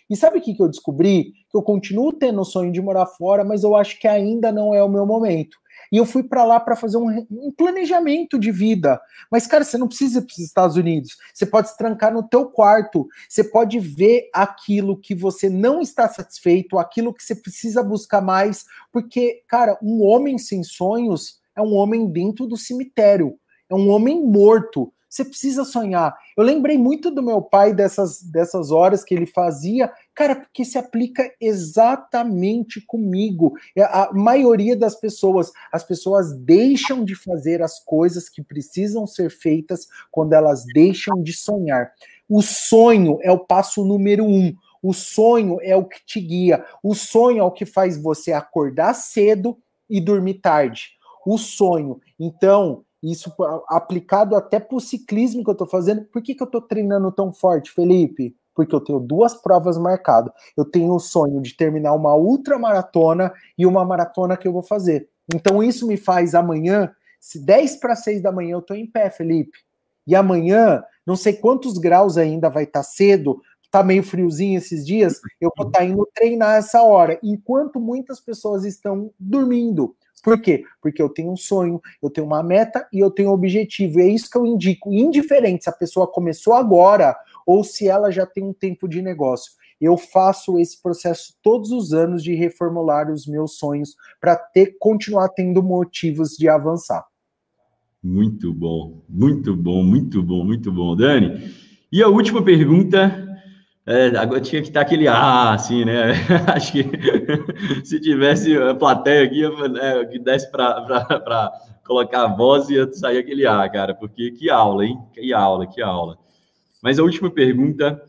E sabe o que eu descobri? Que eu continuo tendo o sonho de morar fora, mas eu acho que ainda não é o meu momento. E eu fui para lá para fazer um planejamento de vida. Mas, cara, você não precisa ir para os Estados Unidos. Você pode se trancar no teu quarto. Você pode ver aquilo que você não está satisfeito, aquilo que você precisa buscar mais. Porque, cara, um homem sem sonhos é um homem dentro do cemitério. É um homem morto. Você precisa sonhar. Eu lembrei muito do meu pai dessas horas que ele fazia, cara, porque se aplica exatamente comigo. A maioria das pessoas, as pessoas deixam de fazer as coisas que precisam ser feitas quando elas deixam de sonhar. O sonho é o passo número 1. O sonho é o que te guia. O sonho é o que faz você acordar cedo e dormir tarde. O sonho. Então, isso aplicado até para o ciclismo que eu estou fazendo. Por que eu estou treinando tão forte, Felipe? Porque eu tenho 2 provas marcadas. Eu tenho o sonho de terminar uma ultramaratona e uma maratona que eu vou fazer. Então isso me faz amanhã, se 10 para 6 da manhã eu estou em pé, Felipe. E amanhã, não sei quantos graus ainda vai estar cedo, tá meio friozinho esses dias, eu vou estar indo treinar essa hora, enquanto muitas pessoas estão dormindo. Por quê? Porque eu tenho um sonho, eu tenho uma meta e eu tenho um objetivo. E é isso que eu indico. Indiferente se a pessoa começou agora ou se ela já tem um tempo de negócio. Eu faço esse processo todos os anos de reformular os meus sonhos para continuar tendo motivos de avançar. Muito bom, muito bom, muito bom, muito bom, Dani. E a última pergunta, agora tinha que estar aquele assim, né? Acho que se tivesse a plateia aqui, que desse para colocar a voz, ia sair aquele cara, porque que aula, hein? Que aula, que aula. Mas a última pergunta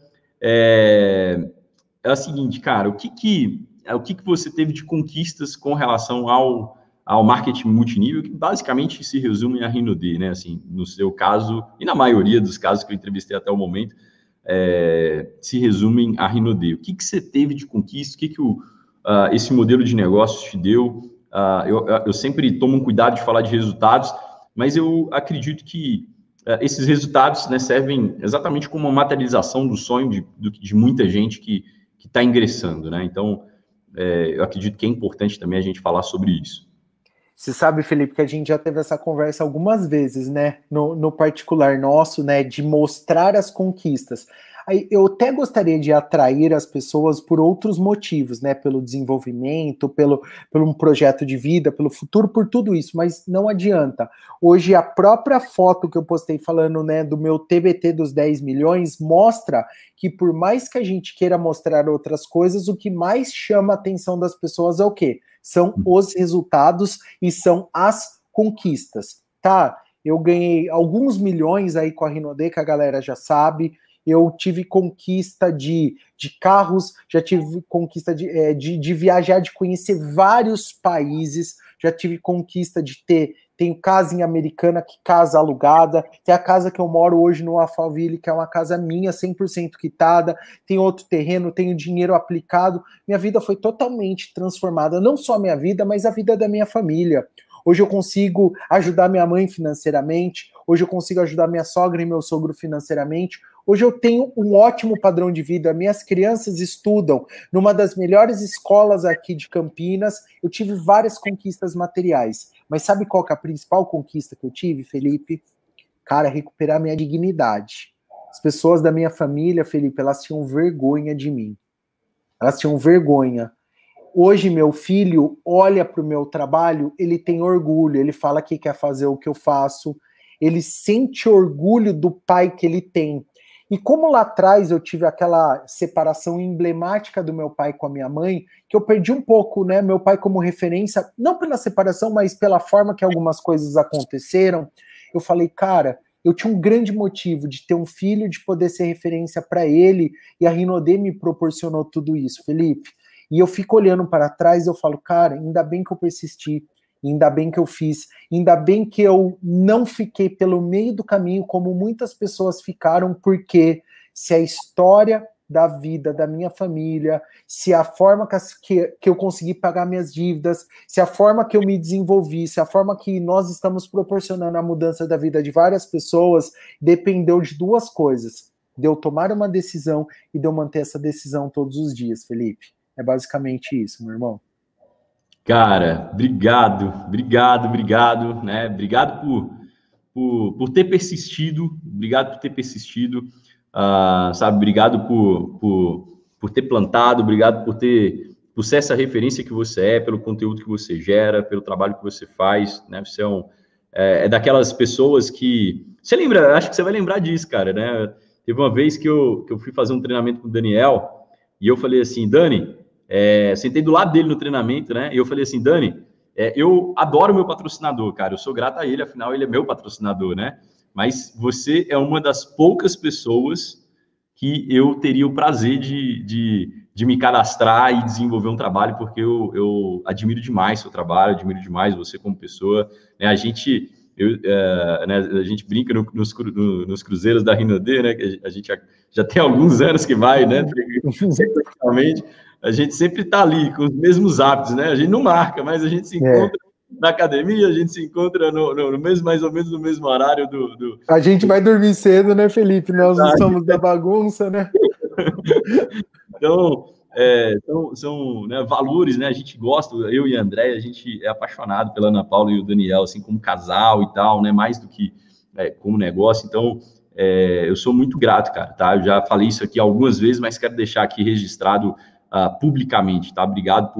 é a seguinte, cara, o que você teve de conquistas com relação ao marketing multinível, que basicamente se resume a Rinode, né? Assim, no seu caso, e na maioria dos casos que eu entrevistei até o momento, se resumem a Rinode. O que você teve de conquista? O que esse modelo de negócios te deu? Eu sempre tomo um cuidado de falar de resultados, mas eu acredito que esses resultados, né, servem exatamente como uma materialização do sonho de muita gente que está ingressando, né? Então, eu acredito que é importante também a gente falar sobre isso. Você sabe, Felipe, que a gente já teve essa conversa algumas vezes, né? No particular nosso, né? De mostrar as conquistas. Aí, eu até gostaria de atrair as pessoas por outros motivos, né? Pelo desenvolvimento, pelo um projeto de vida, pelo futuro, por tudo isso, mas não adianta. Hoje, a própria foto que eu postei falando, né, do meu TBT dos 10 milhões mostra que por mais que a gente queira mostrar outras coisas, o que mais chama a atenção das pessoas é o quê? São os resultados e são as conquistas, tá? Eu ganhei alguns milhões aí com a Rinode, que a galera já sabe. Eu tive conquista de carros, já tive conquista de viajar, de conhecer vários países, já tive conquista de tenho casa em Americana, que casa alugada, tem a casa que eu moro hoje no Alphaville, que é uma casa minha, 100% quitada, tem outro terreno, tenho dinheiro aplicado, minha vida foi totalmente transformada, não só a minha vida, mas a vida da minha família. Hoje eu consigo ajudar minha mãe financeiramente, hoje eu consigo ajudar minha sogra e meu sogro financeiramente, hoje eu tenho um ótimo padrão de vida, minhas crianças estudam numa das melhores escolas aqui de Campinas, eu tive várias conquistas materiais, mas sabe qual que é a principal conquista que eu tive, Felipe? Cara, recuperar minha dignidade. As pessoas da minha família, Felipe, elas tinham vergonha de mim. Elas tinham vergonha. Hoje, meu filho olha para o meu trabalho, ele tem orgulho, ele fala que quer fazer o que eu faço, ele sente orgulho do pai que ele tem. E como lá atrás eu tive aquela separação emblemática do meu pai com a minha mãe, que eu perdi um pouco, né, meu pai como referência, não pela separação, mas pela forma que algumas coisas aconteceram, eu falei, cara, eu tinha um grande motivo de ter um filho, de poder ser referência para ele, e a Rinode me proporcionou tudo isso, Felipe. E eu fico olhando para trás e eu falo, cara, ainda bem que eu persisti, ainda bem que eu fiz, ainda bem que eu não fiquei pelo meio do caminho como muitas pessoas ficaram, porque se a história da vida da minha família, se a forma que eu consegui pagar minhas dívidas, se a forma que eu me desenvolvi, se a forma que nós estamos proporcionando a mudança da vida de várias pessoas, dependeu de 2 coisas. de eu tomar uma decisão e de eu manter essa decisão todos os dias, Felipe. É basicamente isso, meu irmão. Cara, obrigado, né? Obrigado por ter persistido, sabe? Obrigado por ter plantado, obrigado por ser essa referência que você é, pelo conteúdo que você gera, pelo trabalho que você faz, né? Você é daquelas pessoas que... Você lembra, acho que você vai lembrar disso, cara, né? Teve uma vez que eu fui fazer um treinamento com o Daniel e eu falei assim, Dani, sentei do lado dele no treinamento, né? E eu falei assim, Dani, eu adoro meu patrocinador, cara, eu sou grato a ele, afinal ele é meu patrocinador, né? Mas você é uma das poucas pessoas que eu teria o prazer de me cadastrar e desenvolver um trabalho, porque eu admiro demais seu trabalho, admiro demais você como pessoa, né? A gente brinca nos cruzeiros da Rinode, né? Que a gente já tem alguns anos que vai, né? Sequencialmente, a gente sempre está ali com os mesmos hábitos, né? A gente não marca, mas a gente se encontra na academia, a gente se encontra no mesmo, mais ou menos no mesmo horário do... A gente vai dormir cedo, né, Felipe? Nós não somos da bagunça, né? Então, são né, valores, né? A gente gosta, eu e a André, a gente é apaixonado pela Ana Paula e o Daniel, assim, como casal e tal, né? Mais do que como negócio. Então, eu sou muito grato, cara, tá? Eu já falei isso aqui algumas vezes, mas quero deixar aqui registrado publicamente, tá? Obrigado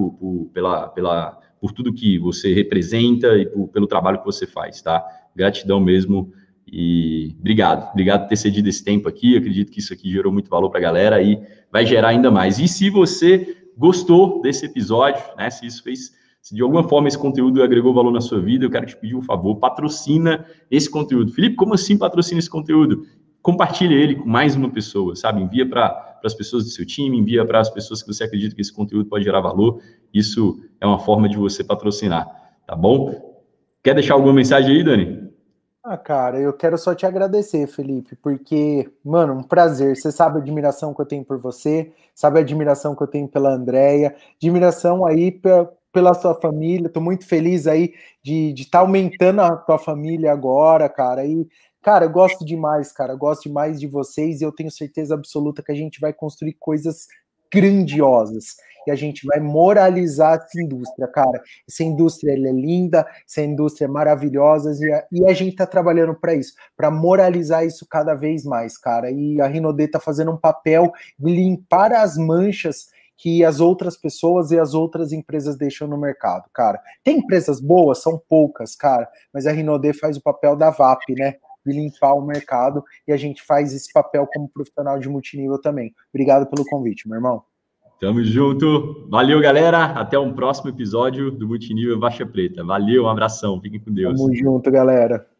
por tudo que você representa e pelo trabalho que você faz, tá? Gratidão mesmo e obrigado por ter cedido esse tempo aqui. Eu acredito que isso aqui gerou muito valor para a galera e vai gerar ainda mais. E se você gostou desse episódio, né? Se de alguma forma esse conteúdo agregou valor na sua vida, eu quero te pedir um favor, patrocina esse conteúdo. Felipe, como assim patrocina esse conteúdo? Compartilha ele com mais uma pessoa, sabe? Envia para as pessoas do seu time, envia para as pessoas que você acredita que esse conteúdo pode gerar valor. Isso é uma forma de você patrocinar, tá bom? Quer deixar alguma mensagem aí, Dani? Cara, eu quero só te agradecer, Felipe, porque, mano, um prazer. Você sabe a admiração que eu tenho por você, sabe a admiração que eu tenho pela Andrea, admiração aí pela sua família. Tô muito feliz aí de estar aumentando a tua família agora, cara. E, cara, eu gosto demais, cara. Eu gosto demais de vocês e eu tenho certeza absoluta que a gente vai construir coisas grandiosas e a gente vai moralizar essa indústria, cara. Essa indústria ela é linda, essa indústria é maravilhosa e a gente tá trabalhando para isso, para moralizar isso cada vez mais, cara. E a Rinode tá fazendo um papel de limpar as manchas que as outras pessoas e as outras empresas deixam no mercado, cara. Tem empresas boas, são poucas, cara, mas a Rinode faz o papel da VAP, né? De limpar o mercado, e a gente faz esse papel como profissional de multinível também. Obrigado pelo convite, meu irmão. Tamo junto. Valeu, galera. Até um próximo episódio do Multinível Faixa Preta. Valeu, um abração. Fiquem com Deus. Tamo junto, galera.